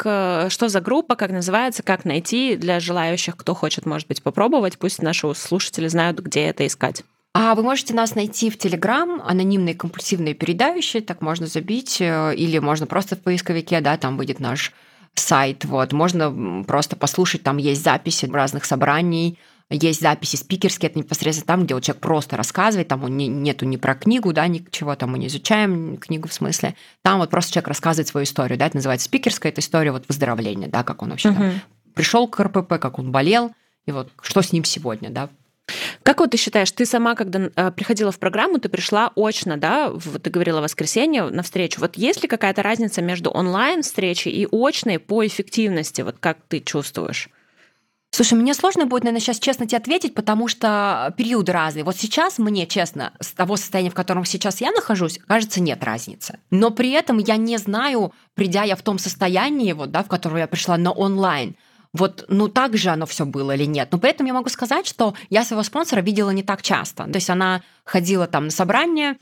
что за группа, как называется, как найти для желающих, кто хочет, может быть, попробовать, пусть наши слушатели знают, где это искать. А вы можете нас найти в Telegram, анонимные компульсивные передающие, так можно забить, или можно просто в поисковике, да, там будет наш сайт, вот, можно просто послушать, там есть записи разных собраний, есть записи спикерские, это непосредственно там, где человек просто рассказывает, там нету ни про книгу, да, ничего там мы не изучаем, книгу в смысле, там вот просто человек рассказывает свою историю, да, это называется спикерская, это история вот выздоровления, да, как он вообще там пришел к РПП, как он болел, и вот что с ним сегодня, да. Как вот ты считаешь, ты сама, когда приходила в программу, ты пришла очно, да, ты говорила в воскресенье на встречу. Вот есть ли какая-то разница между онлайн-встречей и очной по эффективности? Вот как ты чувствуешь? Слушай, мне сложно будет, наверное, сейчас честно тебе ответить, потому что периоды разные. Вот сейчас мне, честно, с того состояния, в котором сейчас я нахожусь, кажется, нет разницы. Но при этом я не знаю, придя я в том состоянии, вот, да, в котором я пришла на онлайн, вот, так же оно все было или нет. Но при этом я могу сказать, что я своего спонсора видела не так часто. То есть она ходила там на собрания,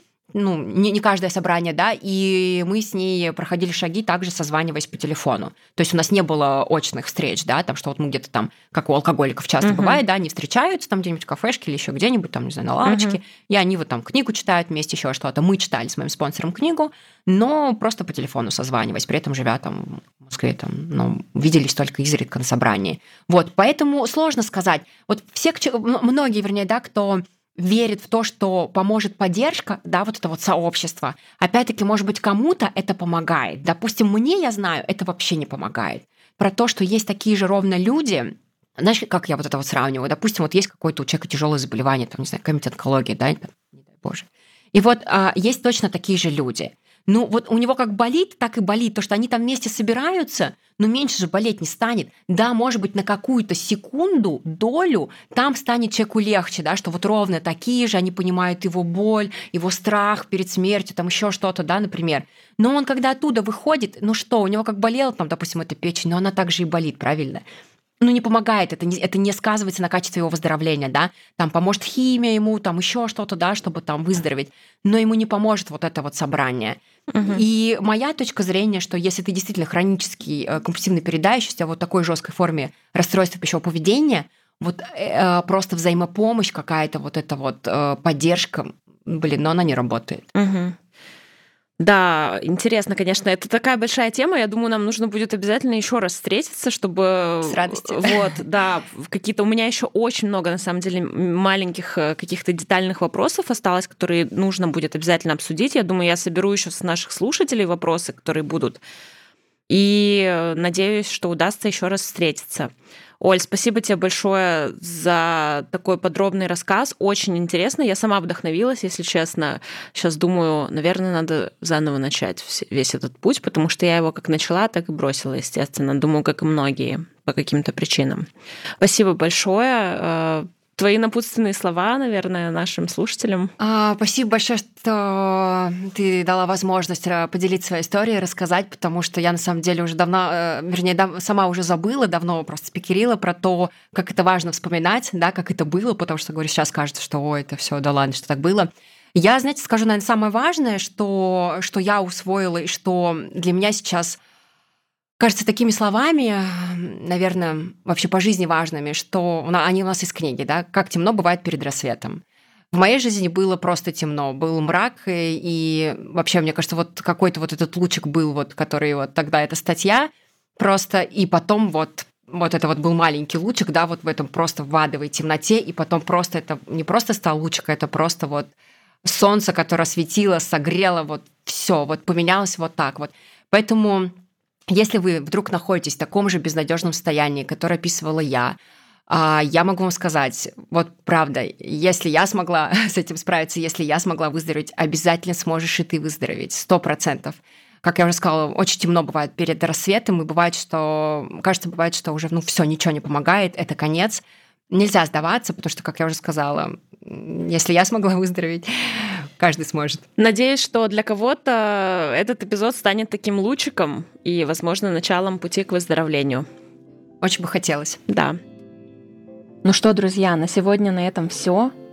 не каждое собрание, да, и мы с ней проходили шаги, также созваниваясь по телефону. То есть у нас не было очных встреч, да, там, что вот мы где-то там, как у алкоголиков часто бывает, да, они встречаются там где-нибудь в кафешке или еще где-нибудь, там, не знаю, на лавочке, и они вот там книгу читают вместе, еще что-то. Мы читали с моим спонсором книгу, но просто по телефону созваниваясь, при этом живя там в Москве, там, виделись только изредка на собрании. Вот, поэтому сложно сказать. Вот многие, вернее, да, кто верит в то, что поможет поддержка, да, вот это вот сообщество. Опять-таки, может быть, кому-то это помогает. Допустим, мне, я знаю, это вообще не помогает. Про то, что есть такие же ровно люди, знаешь, как я вот это вот сравниваю? Допустим, вот есть какой-то у человека тяжелое заболевание, там, не знаю, какая-нибудь онкология, да, не дай Боже. И вот есть точно такие же люди. Вот у него как болит, так и болит. То, что они там вместе собираются, но меньше же болеть не станет. Да, может быть, на какую-то секунду, долю там станет человеку легче, да, что вот ровно такие же, они понимают его боль, его страх перед смертью, там еще что-то, да, например. Но он, когда оттуда выходит, у него как болела, там, допустим, эта печень, но она также и болит, правильно? Не помогает, это не сказывается на качестве его выздоровления, да, там поможет химия ему, там еще что-то, да, чтобы там выздороветь, но ему не поможет вот это вот собрание. И моя точка зрения, что если ты действительно хронический компульсивный переедающий, у тебя вот такой жесткой форме расстройства пищевого поведения, вот просто взаимопомощь какая-то, вот эта вот поддержка, но она не работает. Да, интересно, конечно, это такая большая тема. Я думаю, нам нужно будет обязательно еще раз встретиться, чтобы... С радостью. Вот, да, какие-то... У меня еще очень много, на самом деле, маленьких каких-то детальных вопросов осталось, которые нужно будет обязательно обсудить. Я думаю, я соберу еще с наших слушателей вопросы, которые будут. И надеюсь, что удастся еще раз встретиться. Оль, спасибо тебе большое за такой подробный рассказ. Очень интересно. Я сама вдохновилась, если честно. Сейчас думаю, наверное, надо заново начать весь этот путь, потому что я его как начала, так и бросила, естественно. Думаю, как и многие, по каким-то причинам. Спасибо большое. Твои напутственные слова, наверное, нашим слушателям. Спасибо большое, что ты дала возможность поделиться своей историей, рассказать, потому что я на самом деле уже давно, сама уже забыла, давно просто спикерила про то, как это важно вспоминать, да, как это было, потому что, говорю, сейчас кажется, что это все, да ладно, что так было. Я, знаете, скажу, наверное, самое важное, что я усвоила и что для меня сейчас кажется такими словами, наверное, вообще по жизни важными, что они у нас из книги, да, как темно бывает перед рассветом. В моей жизни было просто темно, был мрак, и вообще, мне кажется, вот какой-то вот этот лучик был, вот, который вот тогда эта статья просто, и потом вот это вот был маленький лучик, да, вот в этом просто в адовой темноте, и потом просто это не просто стал лучик, это просто вот солнце, которое светило, согрело, вот все, вот поменялось вот так вот. Поэтому если вы вдруг находитесь в таком же безнадежном состоянии, которое описывала я могу вам сказать, вот правда, если я смогла с этим справиться, если я смогла выздороветь, обязательно сможешь и ты выздороветь, 100%. Как я уже сказала, очень темно бывает перед рассветом, и бывает, что уже все, ничего не помогает, это конец. Нельзя сдаваться, потому что, как я уже сказала, если я смогла выздороветь, каждый сможет. Надеюсь, что для кого-то этот эпизод станет таким лучиком и, возможно, началом пути к выздоровлению. Очень бы хотелось. Да. Ну что, друзья, на сегодня на этом все.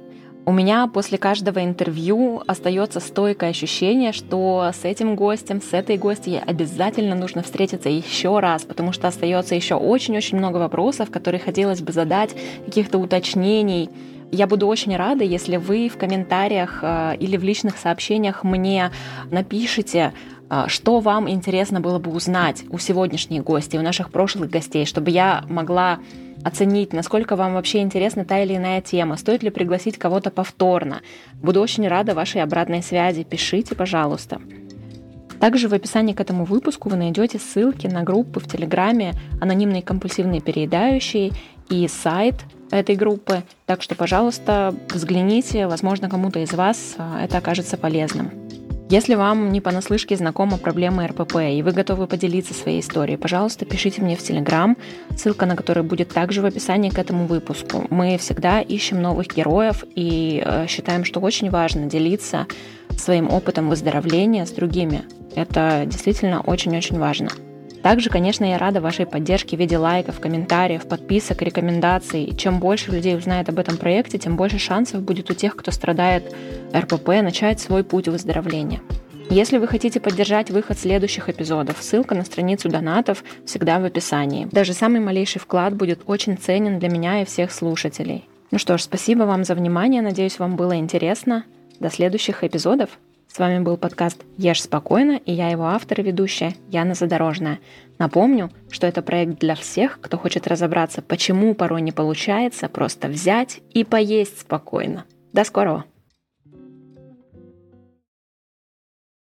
У меня после каждого интервью остается стойкое ощущение, что с этим гостем, с этой гостьей обязательно нужно встретиться еще раз, потому что остается еще очень-очень много вопросов, которые хотелось бы задать, каких-то уточнений. Я буду очень рада, если вы в комментариях или в личных сообщениях мне напишите, что вам интересно было бы узнать у сегодняшних гостей, у наших прошлых гостей, чтобы я могла оценить, насколько вам вообще интересна та или иная тема, стоит ли пригласить кого-то повторно. Буду очень рада вашей обратной связи. Пишите, пожалуйста. Также в описании к этому выпуску вы найдете ссылки на группы в Телеграме «Анонимные компульсивные переедающие» и сайт этой группы. Так что, пожалуйста, взгляните, возможно, кому-то из вас это окажется полезным. Если вам не понаслышке знакома проблема РПП и вы готовы поделиться своей историей, пожалуйста, пишите мне в Телеграм, ссылка на который будет также в описании к этому выпуску. Мы всегда ищем новых героев и считаем, что очень важно делиться своим опытом выздоровления с другими. Это действительно очень-очень важно. Также, конечно, я рада вашей поддержке в виде лайков, комментариев, подписок, рекомендаций. Чем больше людей узнает об этом проекте, тем больше шансов будет у тех, кто страдает РПП, начать свой путь выздоровления. Если вы хотите поддержать выход следующих эпизодов, ссылка на страницу донатов всегда в описании. Даже самый малейший вклад будет очень ценен для меня и всех слушателей. Ну что ж, спасибо вам за внимание, надеюсь, вам было интересно. До следующих эпизодов. С вами был подкаст «Ешь спокойно» и я его автор и ведущая Яна Задорожная. Напомню, что это проект для всех, кто хочет разобраться, почему порой не получается просто взять и поесть спокойно. До скорого!